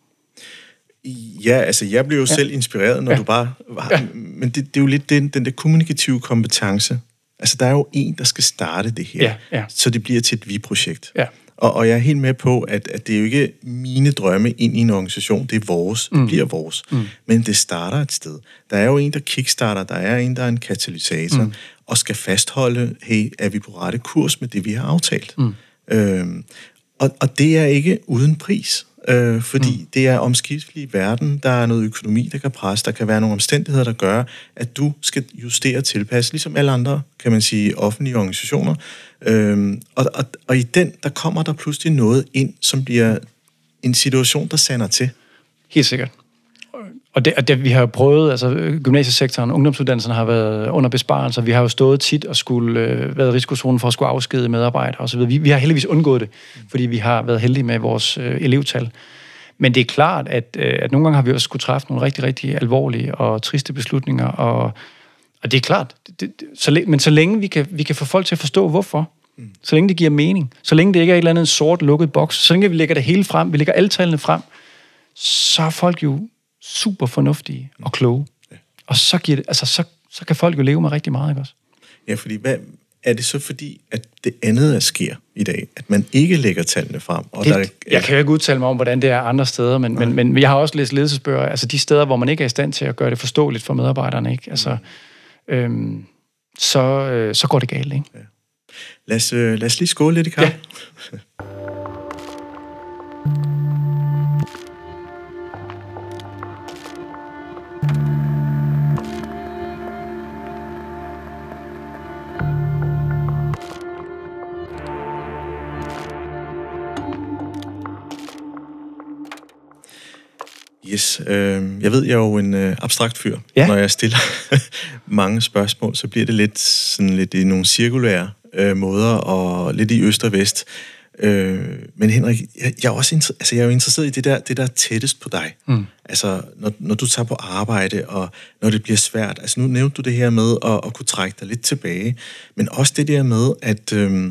Ja, altså jeg blev jo ja. selv inspireret, når ja. du bare... Ja. Men det, det er jo lidt den, den der kommunikative kompetence. Altså der er jo en, der skal starte det her, ja. Ja. så det bliver til et vi-projekt. Ja. Og, og jeg er helt med på, at, at det er jo ikke mine drømme ind i en organisation, det er vores, mm. det bliver vores. Mm. Men det starter et sted. Der er jo en, der kickstarter, der er en, der er en katalysator, mm. og skal fastholde, hey, er vi på rette kurs med det, vi har aftalt? Mm. Øhm, Og, og det er ikke uden pris, øh, fordi mm. det er omskiftelig verden, der er noget økonomi, der kan presse, der kan være nogle omstændigheder, der gør, at du skal justere og tilpasse, ligesom alle andre, kan man sige, offentlige organisationer. Øh, og, og, og i den, der kommer der pludselig noget ind, som bliver en situation, der sander til. Helt sikkert. Og det, og det vi har prøvet, altså gymnasiesektoren, ungdomsuddannelserne har været under besparelser. Vi har jo stået tit og skulle øh, været i risikozonen for at skulle afskede medarbejdere osv. Vi, vi har heldigvis undgået det, fordi vi har været heldige med vores øh, elevtal. Men det er klart, at, øh, at nogle gange har vi også skulle træffe nogle rigtig, rigtig alvorlige og triste beslutninger. Og, og det er klart. Det, det, så, men så længe vi kan, vi kan få folk til at forstå, hvorfor, mm. så længe det giver mening, så længe det ikke er et eller andet sort lukket boks, så længe vi lægger det hele frem, vi lægger alle tallene frem, så er folk jo super fornuftige og kloge. Ja. Og så, giver det, altså, så, så kan folk jo leve med rigtig meget, ikke også? Ja, fordi hvad, er det så fordi, at det andet sker i dag? At man ikke lægger tallene frem? Og det, der, jeg kan jo ikke udtale mig om, hvordan det er andre steder, men, men, men jeg har også læst ledelsesbøger, altså de steder, hvor man ikke er i stand til at gøre det forståeligt for medarbejderne, ikke? Altså, øhm, så, øh, så går det galt, ikke? Ja. Lad os, øh, lad os lige skåle lidt i kaffe. Ja. Yes, øh, jeg ved, jeg er jo en øh, abstrakt fyr. Ja. Når jeg stiller mange spørgsmål, så bliver det lidt sådan lidt i nogle cirkulære øh, måder, og lidt i øst og vest. Øh, men Henrik, jeg, jeg, er også inter- altså, jeg er jo interesseret i det der, det der er tættest på dig. Mm. Altså, når, når du tager på arbejde, og når det bliver svært. Altså, nu nævnte du det her med at, at kunne trække dig lidt tilbage, men også det der med, at... Øh,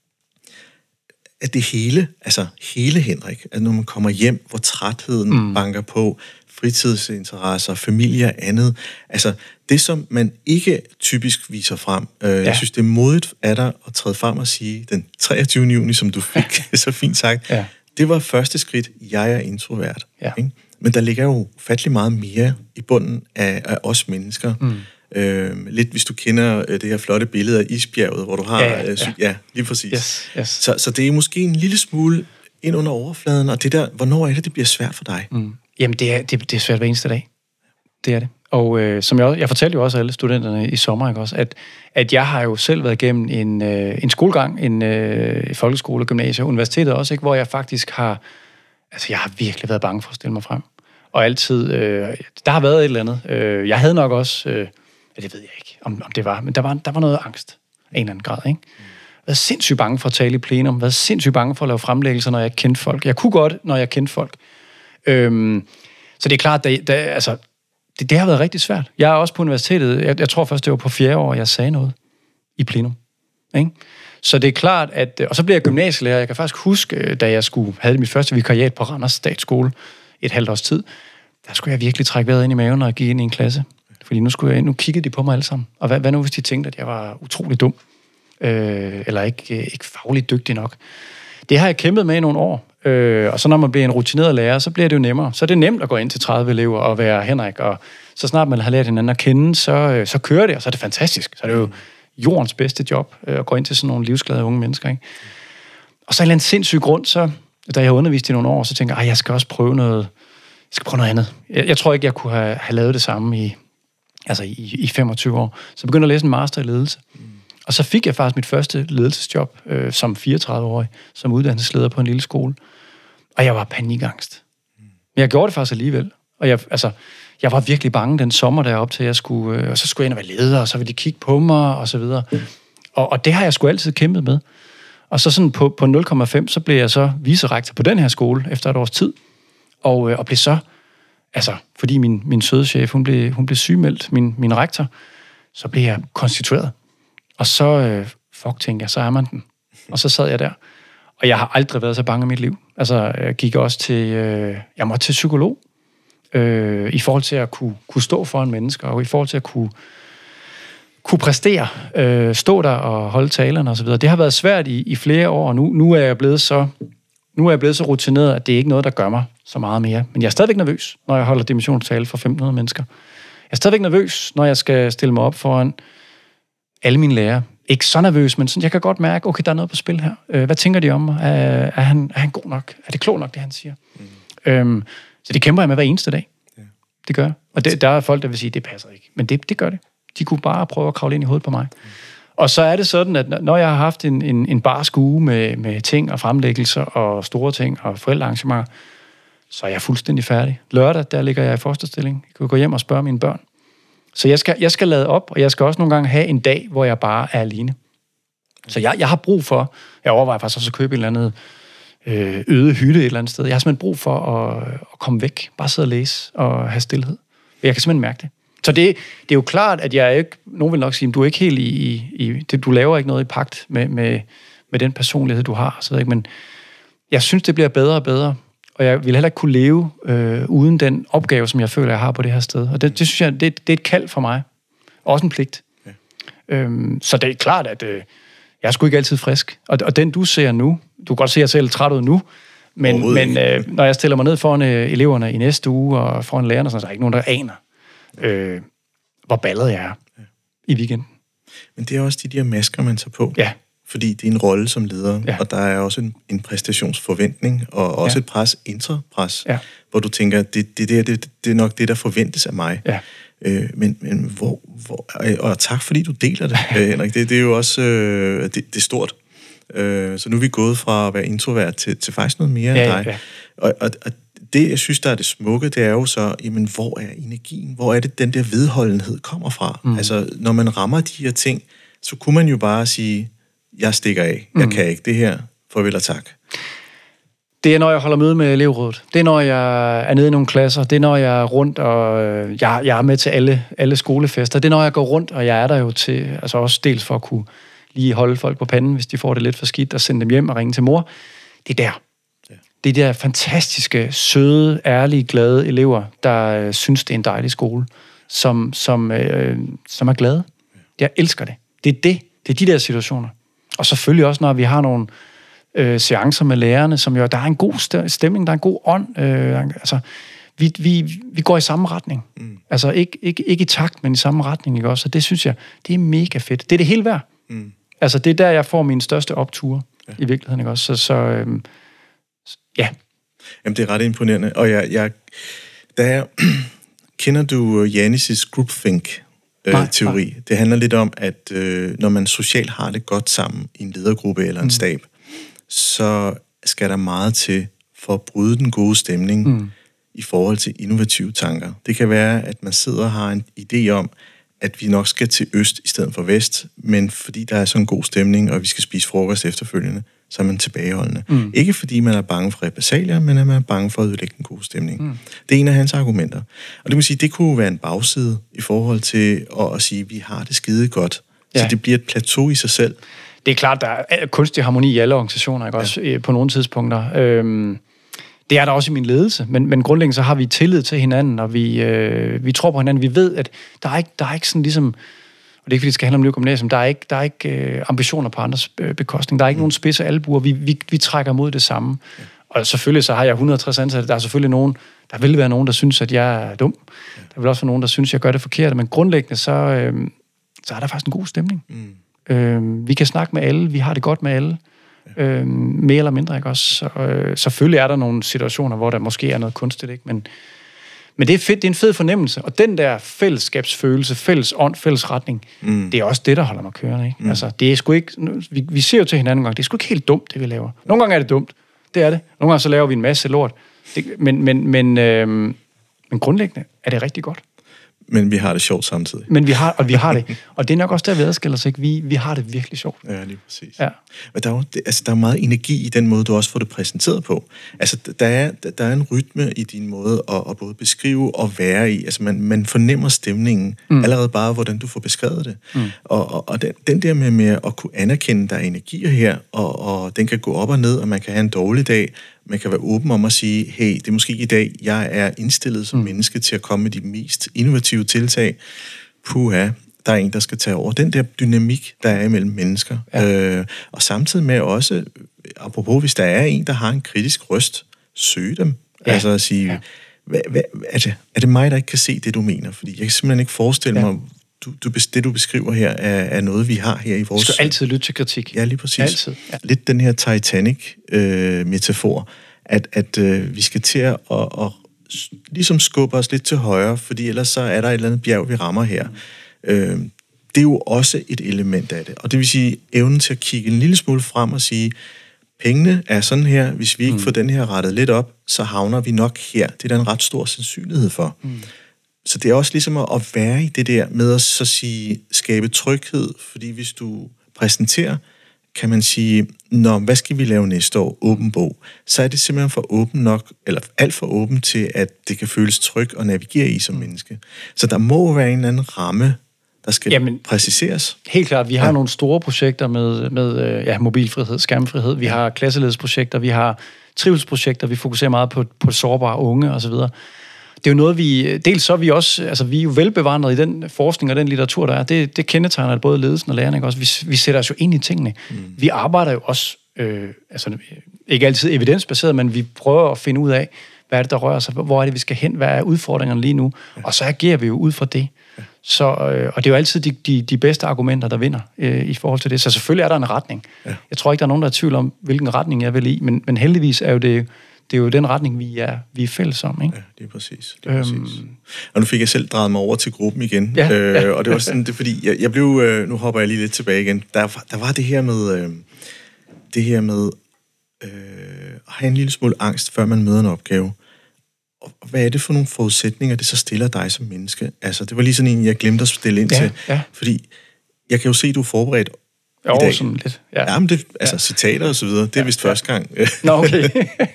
at det hele, altså hele Henrik, at når man kommer hjem, hvor trætheden mm. banker på, fritidsinteresser, familie og andet, altså det, som man ikke typisk viser frem. Øh, ja. Jeg synes, det er modigt af dig at træde frem og sige, den treogtyvende juni, som du fik så fint sagt, ja. Det var første skridt, jeg er introvert. Ja. Ikke? Men der ligger jo fattelig meget mere i bunden af, af os mennesker. Mm. Øh, lidt hvis du kender øh, det her flotte billede af isbjerget, hvor du har... Ja, ja, ja. ja lige præcis. Yes, yes. Så, så det er måske en lille smule ind under overfladen, og det der, hvornår er det, det bliver svært for dig? Mm. Jamen, det er, det, det er svært hver eneste dag. Det er det. Og øh, som jeg, jeg fortalte jo også alle studenterne i sommer, ikke også, at, at jeg har jo selv været igennem en, øh, en skolegang, en øh, folkeskole, gymnasie og universitetet også, ikke, hvor jeg faktisk har... Altså, jeg har virkelig været bange for at stille mig frem. Og altid... Øh, der har været et eller andet. Øh, jeg havde nok også... Øh, ja, det ved jeg ikke, om, om det var, men der var, der var noget angst af en eller anden grad, ikke? Jeg var sindssygt bange for at tale i plenum, jeg var sindssygt bange for at lave fremlæggelser, når jeg kendte folk. Jeg kunne godt, når jeg kendte folk. Øhm, så det er klart, at altså, det, det har været rigtig svært. Jeg er også på universitetet, jeg, jeg tror først, det var på fjerde år, jeg sagde noget i plenum. Ikke? Så det er klart, at... Og så blev jeg gymnasielærer. Jeg kan faktisk huske, da jeg skulle havde mit første vikariat på Randers Statsskole et halvt års tid, der skulle jeg virkelig trække vejret ind i maven, når jeg gik ind i en klasse. Fordi nu, skulle jeg, nu kiggede de på mig alle sammen. Og hvad, hvad nu, hvis de tænkte, at jeg var utrolig dum? Øh, eller ikke, ikke fagligt dygtig nok? Det har jeg kæmpet med i nogle år. Øh, og så når man bliver en rutineret lærer, så bliver det jo nemmere. Så er det nemt at gå ind til tredive elever og være Henrik. Og så snart man har lært hinanden at kende, så, så kører det, og så er det fantastisk. Så er det jo jordens bedste job øh, at gå ind til sådan nogle livsglade unge mennesker. Ikke? Og så en eller anden sindssyg grund, så, da jeg har undervist i nogle år, så tænker jeg, at jeg skal også prøve noget, jeg skal prøve noget andet. Jeg, jeg tror ikke, jeg kunne have, have lavet det samme i, altså i, i femogtyve år. Så jeg begyndte at læse en master i ledelse. Mm. Og så fik jeg faktisk mit første ledelsesjob øh, som fireogtredive-årig, som uddannelsesleder på en lille skole. Og jeg var panikangst. Men jeg gjorde det faktisk alligevel. Og jeg, altså, jeg var virkelig bange den sommer derop til, jeg skulle, øh, og så skulle jeg ind og være leder, og så ville de kigge på mig, og så videre. Og, og det har jeg sgu altid kæmpet med. Og så sådan på, på nul komma fem, så blev jeg så vicerektor på den her skole, efter et års tid. Og, øh, og blev så, altså, fordi min, min søde chef, hun blev, hun blev sygemeldt, min, min rektor, så blev jeg konstitueret. Og så, øh, fuck, tænkte jeg, så er man den. Og så sad jeg der. Og jeg har aldrig været så bange i mit liv. Altså, jeg gik også til, øh, jeg måtte til psykolog, øh, i forhold til at kunne, kunne stå foran mennesker, og i forhold til at kunne, kunne præstere, øh, stå der og holde talerne og så videre. Det har været svært i, i flere år, og nu, nu er jeg blevet så, nu er jeg blevet så rutineret, at det er ikke noget, der gør mig så meget mere. Men jeg er stadigvæk nervøs, når jeg holder dimensionstale for femten hundrede mennesker. Jeg er stadigvæk nervøs, når jeg skal stille mig op foran alle mine lærere. Ikke så nervøs, men sådan, jeg kan godt mærke, okay, der er noget på spil her. Øh, hvad tænker de om mig? Er, er, han, er han god nok? Er det klog nok, det han siger? Mm. Øhm, så det kæmper jeg med hver eneste dag. Ja. Det gør jeg. Og det, der er folk, der vil sige, det passer ikke. Men det, det gør det. De kunne bare prøve at kravle ind i hovedet på mig. Mm. Og så er det sådan, at når jeg har haft en, en, en barsk uge med, med ting og fremlæggelser og store ting og forældrearrangementer, så er jeg fuldstændig færdig. Lørdag, der ligger jeg i fosterstilling. Jeg kan gå hjem og spørge mine børn. Så jeg skal, jeg skal lade op, og jeg skal også nogle gange have en dag, hvor jeg bare er alene. Så jeg, jeg har brug for, jeg overvejer faktisk også at købe et eller andet øh, øde hytte et eller andet sted. Jeg har simpelthen brug for at, at komme væk, bare sidde og læse og have stillhed. Jeg kan simpelthen mærke det. Så det, det er jo klart, at jeg ikke, nogen vil nok sige, at du er ikke helt i, i det, du laver ikke noget i pagt med, med, med den personlighed, du har. Så, ikke? Men jeg synes, det bliver bedre og bedre. Og jeg vil heller ikke kunne leve øh, uden den opgave, som jeg føler, jeg har på det her sted. Og det, det synes jeg, det, det er et kald for mig. Også en pligt. Ja. Øhm, så det er klart, at øh, jeg er sgu ikke altid frisk. Og, og den, du ser nu, du kan godt se, at jeg ser lidt træt ud nu, men, men øh, når jeg stiller mig ned foran øh, eleverne i næste uge, og foran lærerne, så er der ikke nogen, der aner, øh, hvor ballet jeg er ja. i weekenden. Men det er også de der masker, man tager på. Ja. Fordi det er en rolle som leder, ja. og der er også en, en præstationsforventning, og også ja. et pres, interpres, ja. hvor du tænker, det, det, det, det, det er nok det, der forventes af mig. Ja. Øh, men men hvor, hvor... Og tak, fordi du deler det, Henrik. Det, det er jo også øh, det, det er stort. Øh, så nu er vi gået fra at være introvert til, til faktisk noget mere ja, end dig. Ja. Og, og, og det, jeg synes, der er det smukke, det er jo så, jamen, hvor er energien? Hvor er det, den der vedholdenhed kommer fra? Mm. Altså, når man rammer de her ting, så kunne man jo bare sige, jeg stikker af. Jeg mm. kan ikke det her. Farvel og tak. Det er, når jeg holder møde med elevrådet. Det er, når jeg er nede i nogle klasser. Det er, når jeg er rundt, og jeg, jeg er med til alle, alle skolefester. Det er, når jeg går rundt, og jeg er der jo til, altså også dels for at kunne lige holde folk på panden, hvis de får det lidt for skidt, og sende dem hjem og ringe til mor. Det er der. Ja. Det er de der fantastiske, søde, ærlige, glade elever, der øh, synes, det er en dejlig skole, som, som, øh, som er glade. Ja. Jeg elsker det. Det er det. Det er de der situationer. Og selvfølgelig også, når vi har nogle øh, seancer med lærerne, som jo, der er en god stemning, der er en god ånd. Øh, altså, vi, vi, vi går i samme retning. Mm. Altså, ikke, ikke, ikke i takt, men i samme retning, ikke også? Så det synes jeg, det er mega fedt. Det er det hele værd. Mm. Altså, det er der, jeg får min største opture ja. i virkeligheden, ikke også? Så, så øh, ja. Jamen, det er ret imponerende. Og jeg, jeg der kender du Janis' groupthink? Nej, teori. Nej. Det handler lidt om, at øh, når man socialt har det godt sammen i en ledergruppe eller en mm. stab, så skal der meget til for at bryde den gode stemning mm. i forhold til innovative tanker. Det kan være, at man sidder og har en idé om, at vi nok skal til øst i stedet for vest, men fordi der er sådan en god stemning, og vi skal spise frokost efterfølgende, så er man tilbageholdende. Mm. Ikke fordi man er bange for repressalier, men at man er bange for at ødelægge den gode stemning. Mm. Det er en af hans argumenter. Og det må sige, det kunne være en bagside i forhold til at, at sige, at vi har det skide godt. Ja. Så det bliver et plateau i sig selv. Det er klart, der er kunstig harmoni i alle organisationer, ikke? Også ja. på nogle tidspunkter. Øhm, Det er der også i min ledelse, men, men grundlæggende så har vi tillid til hinanden, og vi, øh, vi tror på hinanden. Vi ved, at der er ikke, der er ikke sådan ligesom, og det er ikke, fordi det skal handle om New Gymnasium, der er ikke, der er ikke øh, ambitioner på andres øh, bekostning. Der er ikke mm. nogen spidse albuer. Vi, vi, vi trækker mod det samme. Ja. Og selvfølgelig så har jeg et hundrede og tres ansatte. Der er selvfølgelig nogen, der vil være nogen, der synes, at jeg er dum. Ja. Der vil også være nogen, der synes, at jeg gør det forkert. Men grundlæggende, så, øh, så er der faktisk en god stemning. Mm. Øh, vi kan snakke med alle. Vi har det godt med alle. Ja. Øh, mere eller mindre, ikke også? Så, øh, selvfølgelig er der nogle situationer, hvor der måske er noget kunstigt, ikke? Men, men det er fedt. Det er en fed fornemmelse. Og den der fællesskabsfølelse, fælles ånd, fælles retning, mm. det er også det, der holder mig kørende, ikke? Mm. Altså, det er sgu ikke... Vi, vi ser jo til hinanden nogle gange. Det er sgu ikke helt dumt, det vi laver. Nogle gange er det dumt. Det er det. Nogle gange så laver vi en masse lort. Det, men, men, men, øh, men grundlæggende er det rigtig godt. Men vi har det sjovt samtidig. Men vi har, og vi har det. Og det er nok også der, vi adskiller os, ikke? Vi, vi har det virkelig sjovt. Ja, lige præcis. Ja. Men der er, jo, altså, der er meget energi i den måde, du også får det præsenteret på. Altså, der er, der er en rytme i din måde at, at både beskrive og være i. Altså, man, man fornemmer stemningen mm. allerede bare, hvordan du får beskrevet det. Mm. Og, og, og den, den der med, med at kunne anerkende, der er energier her, og, og den kan gå op og ned, og man kan have en dårlig dag. Man kan være åben om at sige, hey, det er måske i dag, jeg er indstillet som mm. menneske til at komme med de mest innovative tiltag. Puha, der er en, der skal tage over. Den der dynamik, der er imellem mennesker. Ja. Øh, og samtidig med også, apropos, hvis der er en, der har en kritisk røst, søge dem. Ja. Altså at sige, ja. hvad, hvad, er, det, er det mig, der ikke kan se det, du mener? Fordi jeg kan simpelthen ikke forestille ja. mig, du, du, det du beskriver her, er, er noget, vi har her i vores... Du skal altid lytte til kritik. Ja, lige præcis. Altid. Ja. Lidt den her Titanic-metafor, øh, at, at øh, vi skal til at og, ligesom skubbe os lidt til højre, fordi ellers så er der et eller andet bjerg, vi rammer her. Mm. Øh, det er jo også et element af det. Og det vil sige, evnen til at kigge en lille smule frem og sige, pengene er sådan her, hvis vi ikke mm. får den her rettet lidt op, så havner vi nok her. Det er der en ret stor sandsynlighed for. Mm. Så det er også ligesom at være i det der med at så sige, skabe tryghed, fordi hvis du præsenterer, kan man sige, nå, hvad skal vi lave næste år? Åben bog. Så er det simpelthen for åben nok, eller alt for åben til, at det kan føles trygt at navigere i som menneske. Så der må være en eller anden ramme, der skal Jamen, præciseres. Helt klart. Vi har ja. nogle store projekter med, med ja, mobilfrihed, skærmfrihed. Vi har klasseledsprojekter, vi har trivselsprojekter, vi fokuserer meget på, på sårbare unge osv. Det er jo noget, vi... Dels så er vi også... Altså, vi er jo velbevandret i den forskning og den litteratur, der er. Det, det kendetegner både ledelsen og lærerne, ikke også? Vi, vi sætter os jo ind i tingene. Mm. Vi arbejder jo også... Øh, altså, ikke altid evidensbaseret, men vi prøver at finde ud af, hvad er det, der rører sig? Hvor er det, vi skal hen? Hvad er udfordringerne lige nu? Ja. Og så agerer vi jo ud fra det. Ja. Så, øh, og det er jo altid de, de, de bedste argumenter, der vinder øh, i forhold til det. Så selvfølgelig er der en retning. Ja. Jeg tror ikke, der er nogen, der er i tvivl om, hvilken retning jeg vil i, men, men heldigvis er jo det... Det er jo den retning, vi er, vi er fælles om, ikke? Ja, det er præcis. Det er øhm, præcis. Og nu fik jeg selv drejet mig over til gruppen igen. Ja, øh, ja. Og det var sådan, det fordi, jeg, jeg blev... Øh, nu hopper jeg lige lidt tilbage igen. Der, der var det her med... Øh, det her med... Øh, at have en lille smule angst, før man møder en opgave. Og hvad er det for nogle forudsætninger, det så stiller dig som menneske? Altså, det var lige sådan en, jeg glemte at stille ind ja, til. Ja. Fordi jeg kan jo se, at du er forberedt Jo, i dag. sådan lidt. Ja, ja men det, altså ja. citater og så videre, det er ja, vist ja. første gang. Nå, okay.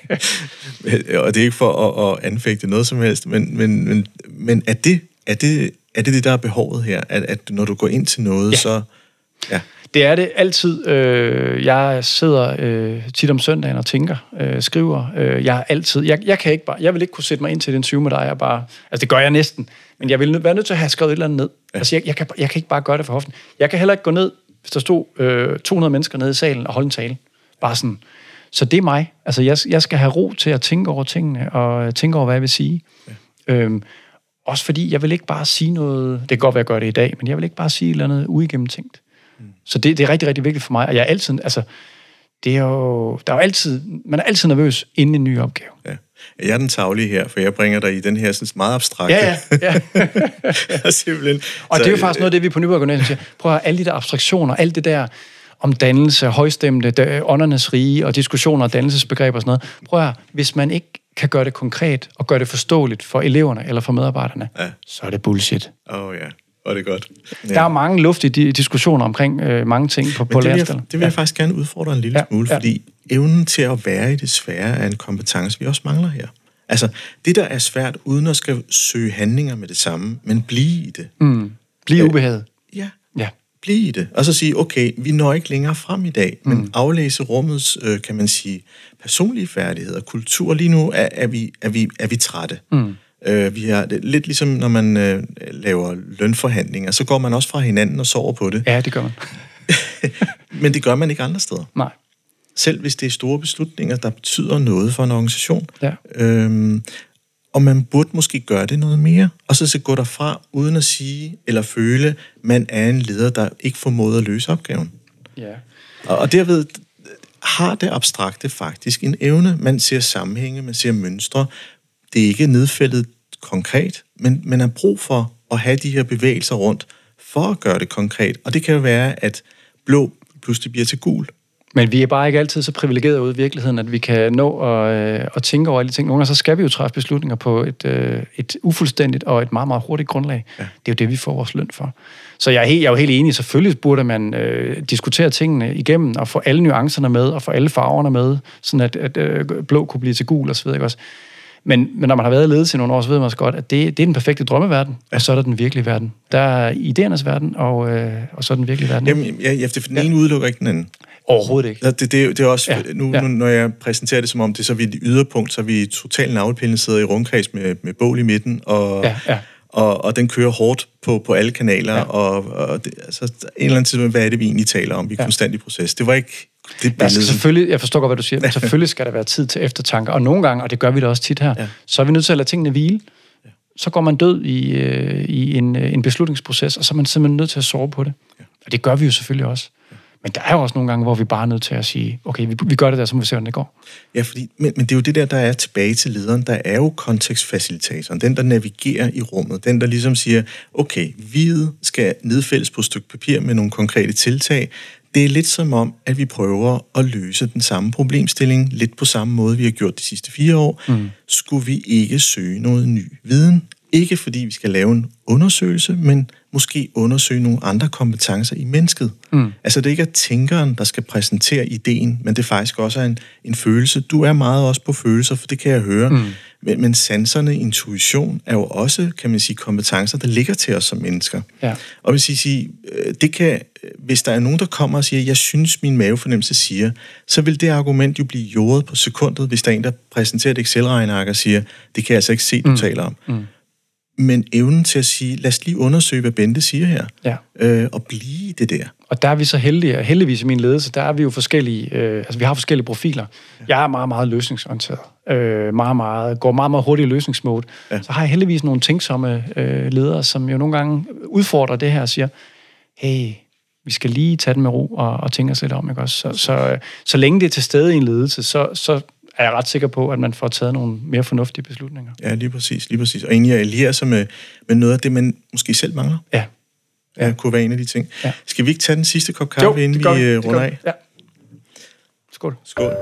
Og det er ikke for at, at anfægte noget som helst, men, men, men, men er, det, er, det, er det det, der er behovet her? At, at når du går ind til noget, ja. så... Ja. Det er det altid. Øh, jeg sidder øh, tit om søndagen og tænker, øh, skriver. Øh, jeg er altid... Jeg, jeg kan ikke bare... Jeg vil ikke kunne sætte mig ind til den interview med dig. Jeg bare, altså, det gør jeg næsten. Men jeg vil være nødt til at have skrevet et eller andet ned. Ja. Altså, jeg, jeg, kan, jeg kan ikke bare gøre det for hoften. Jeg kan heller ikke gå ned, hvis der stod øh, to hundrede mennesker nede i salen og holde en tale. Bare sådan. Så det er mig. Altså, jeg, jeg skal have ro til at tænke over tingene, og tænke over, hvad jeg vil sige. Ja. Øhm, også fordi, jeg vil ikke bare sige noget... Det kan godt være, at jeg gør det i dag, men jeg vil ikke bare sige et eller andet uigennemtænkt. Mm. Så det, det er rigtig, rigtig vigtigt for mig. Og jeg er altid... Altså, det er jo... Der er jo altid... Man er altid nervøs inden en ny opgave. Ja. Jeg er den taglige her, for jeg bringer dig i den her sådan meget abstrakte. Ja, ja. ja. Simpelthen. Og så, det er jo faktisk noget af det, vi på Nyborg Gymnasium siger. Prøv at høre, alle de der abstraktioner, alt det der om dannelse, højstemte, åndernes rige og diskussioner og dannelsesbegreber og sådan noget. Prøv at høre, hvis man ikke kan gøre det konkret og gøre det forståeligt for eleverne eller for medarbejderne, ja. så er det bullshit. Åh oh, ja, og det er godt. Ja. Der er mange luftige diskussioner omkring øh, mange ting på, på lærerstellen. Det vil jeg ja. faktisk gerne udfordre en lille ja. smule, fordi ja. evnen til at være i det svære er en kompetence, vi også mangler her. Altså, det der er svært, uden at skal søge handlinger med det samme, men blive i det. Mm. Blive ubehaget. Ja. ja. blive i det, og så sige, okay, vi når ikke længere frem i dag, mm. men aflæse rummets, øh, kan man sige, personlige færdigheder, kultur. Lige nu er, er, vi, er, vi, er vi trætte. Mm. Øh, vi er det, lidt ligesom, når man øh, laver lønforhandlinger, så går man også fra hinanden og sover på det. Ja, det gør man. Men det gør man ikke andre steder. Nej. Selv hvis det er store beslutninger, der betyder noget for en organisation. Ja. Øhm, og man burde måske gøre det noget mere, og så, så gå derfra uden at sige eller føle, man er en leder, der ikke formåede at løse opgaven. Ja. Og, og derved har det abstrakte faktisk en evne. Man ser sammenhænge, man ser mønstre. Det er ikke nedfældet konkret, men man har brug for at have de her bevægelser rundt, for at gøre det konkret. Og det kan jo være, at blå pludselig bliver til gul. Men vi er bare ikke altid så privilegerede ude i virkeligheden, at vi kan nå at, øh, at tænke over alle de ting. Nogle gange så skal vi jo træffe beslutninger på et, øh, et ufuldstændigt og et meget, meget hurtigt grundlag. Ja. Det er jo det, vi får vores løn for. Så jeg er, helt, jeg er jo helt enig. Selvfølgelig burde man øh, diskutere tingene igennem og få alle nuancerne med og få alle farverne med, sådan at, at øh, blå kunne blive til gul og så videre, ikke også? Men, men når man har været i ledelse i nogle år, så ved man også godt, at det, det er den perfekte drømmeverden, ja. Og så er der den virkelige verden. Der er idéernes verden, og, øh, og så er den virkelige verden. Jamen, ja, ja, den ene ja. udelukker ikke den anden. Overhovedet ikke. Det, det, det er også, ja. Nu, ja. nu, når jeg præsenterer det som om, det er så vi er et yderpunkt, så er vi totalt navlepillende sidder i rundkreds med, med bål i midten, og, ja, ja. Og, og den kører hårdt på, på alle kanaler, ja. og, og det, altså, en eller anden tid, hvad er det, vi egentlig taler om? Vi er ja. konstant i proces. Det var ikke det billede. Altså, selvfølgelig, jeg forstår godt, hvad du siger, men selvfølgelig skal der være tid til eftertanke, og nogle gange, og det gør vi da også tit her, ja. Så er vi nødt til at lade tingene hvile. Ja. Så går man død i, øh, i en, en beslutningsproces, og så er man simpelthen nødt til at sove på det. Ja. Og det gør vi jo selvfølgelig også. Men der er jo også nogle gange, hvor vi bare er nødt til at sige, okay, vi, vi gør det der, så må vi se, hvordan det går. Ja, fordi, men, men det er jo det der, der er tilbage til lederen. Der er jo kontekstfacilitatoren, den der navigerer i rummet, den der ligesom siger, okay, vi skal nedfældes på et stykke papir med nogle konkrete tiltag. Det er lidt som om, at vi prøver at løse den samme problemstilling, lidt på samme måde, vi har gjort de sidste fire år. Mm. Skulle vi ikke søge noget ny viden? Ikke fordi vi skal lave en undersøgelse, men måske undersøge nogle andre kompetencer i mennesket. Mm. Altså det ikke er tænkeren, der skal præsentere ideen, men det faktisk også er en, en følelse. Du er meget også på følelser, for det kan jeg høre. Mm. Men, men sanserne, intuition, er jo også, kan man sige, kompetencer, der ligger til os som mennesker. Ja. Og hvis I siger, det kan, hvis der er nogen, der kommer og siger, jeg synes, min mavefornemmelse siger, så vil det argument jo blive jordet på sekundet, hvis der er en, der præsenterer et Excel-regneark og siger, det kan jeg altså ikke se, du mm. taler om. Mm. Men evnen til at sige, lad os lige undersøge, hvad Bente siger her, ja. øh, og blive det der. Og der er vi så heldige, og heldigvis i min ledelse, der er vi jo forskellige, øh, altså vi har forskellige profiler. Ja. Jeg er meget, meget løsningsorienteret, øh, meget, meget, går meget, meget hurtigt i løsningsmode. Ja. Så har jeg heldigvis nogle tænksomme øh, ledere, som jo nogle gange udfordrer det her og siger, hey, vi skal lige tage den med ro og, og tænke os lidt om, ikke også? Så, så, så længe det er til stede i en ledelse, så, så er jeg ret sikker på, at man får taget nogle mere fornuftige beslutninger. Ja, lige præcis, lige præcis. Og egentlig allierer sig med, med noget af det, man måske selv mangler. Ja. Ja, ja, kunne være en af de ting. Ja. Skal vi ikke tage den sidste kop kaffe, jo, inden vi, vi runder af? Ja. Skål. Skål.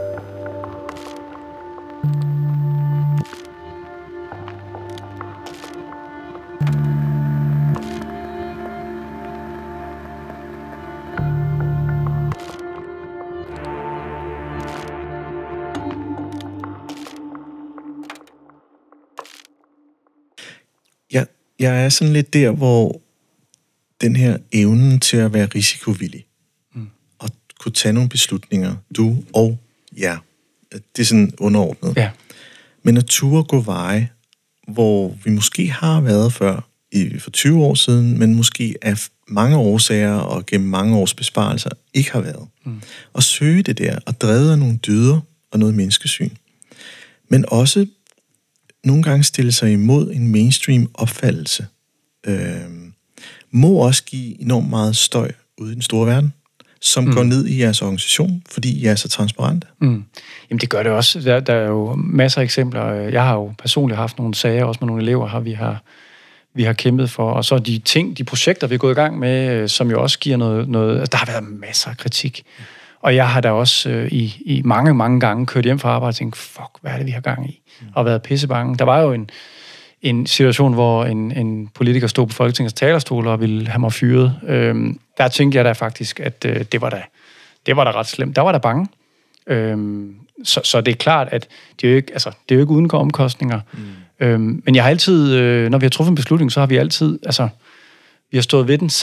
Jeg, jeg er sådan lidt der, hvor den her evnen til at være risikovillig, mm. og kunne tage nogle beslutninger, du og jeg, det er sådan underordnet. Ja. Men at ture gå veje, hvor vi måske har været før, i, for tyve år siden, men måske af mange årsager og gennem mange års besparelser, ikke har været. Mm. Og søge det der, og drevet af nogle dyder og noget menneskesyn. Men også nogle gange stille sig imod en mainstream opfattelse. Øh, må også give enormt meget støj ude i den store verden, som mm. går ned i jeres organisation, fordi I er så transparente. Mm. Jamen det gør det også. Der, der er jo masser af eksempler. Jeg har jo personligt haft nogle sager, også med nogle elever, har vi har, vi har kæmpet for. Og så de ting, de projekter, vi er gået i gang med, som jo også giver noget... noget altså, der har været masser af kritik. Mm. Og jeg har da også øh, i, i mange, mange gange kørt hjem fra arbejde og tænkt, fuck, hvad er det, vi har gang i? Mm. Og været pissebange. Der var jo en... en situation, hvor en, en politiker stod på Folketingets talerstol og ville have mig fyret. Øhm, der tænkte jeg da faktisk, at øh, det var da det var da ret slemt. Der var der bange. Øhm, så, så det er klart, at det er jo ikke, altså, det er jo ikke uden omkostninger. Mm. Øhm, men jeg har altid, øh, når vi har truffet en beslutning, så har vi altid, altså, vi har stået ved den sammen.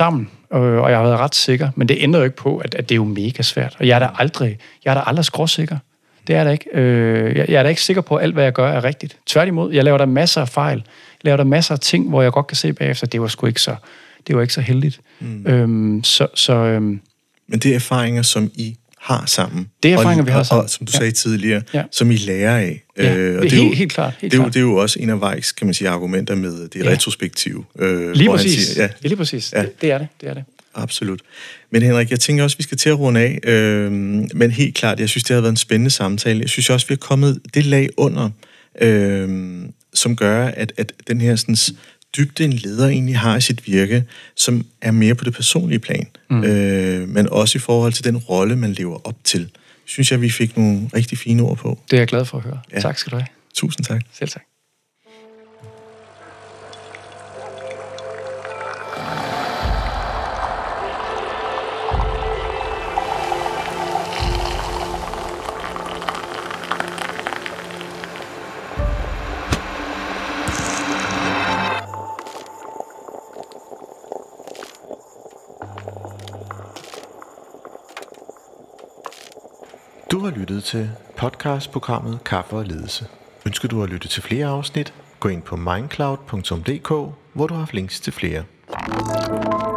øh, og jeg har været ret sikker, men det ændrer jo ikke på, at, at det er jo mega svært. Og jeg er da aldrig, jeg er da aldrig skråsikker. Det er der ikke. Øh, jeg, jeg er da ikke sikker på, at alt, hvad jeg gør, er rigtigt. Tværtimod, jeg laver der masser af fejl. Jeg laver der masser af ting, hvor jeg godt kan se bagefter, det var sgu ikke så, det var ikke så heldigt. Mm. Øhm, så, så, øhm, men det er erfaringer, som I har sammen. Det er erfaringer, og, vi har sammen. Og, og som du ja. sagde tidligere, ja. som I lærer af. Ja, øh, og det er helt, jo, helt klart. Helt det, er klart. Jo, det er jo også en af Weichs, kan man sige, argumenter med det ja. retrospektive. Øh, lige præcis. Siger, ja. Lige præcis. Ja. Det, det er det. Det er det. Absolut. Men Henrik, jeg tænker også, at vi skal til at runde af. Øh, men helt klart, jeg synes, det har været en spændende samtale. Jeg synes også, vi har kommet det lag under, øh, som gør, at, at den her sådan, dybde, en leder egentlig har i sit virke, som er mere på det personlige plan, mm. øh, men også i forhold til den rolle, man lever op til. Synes jeg, vi fik nogle rigtig fine ord på. Det er jeg glad for at høre. Ja. Tak skal du have. Tusind tak. Selv tak. Du har lyttet til podcastprogrammet Kaffe og Ledelse. Ønsker du at lytte til flere afsnit? Gå ind på mindcloud punktum d k, hvor du har links til flere.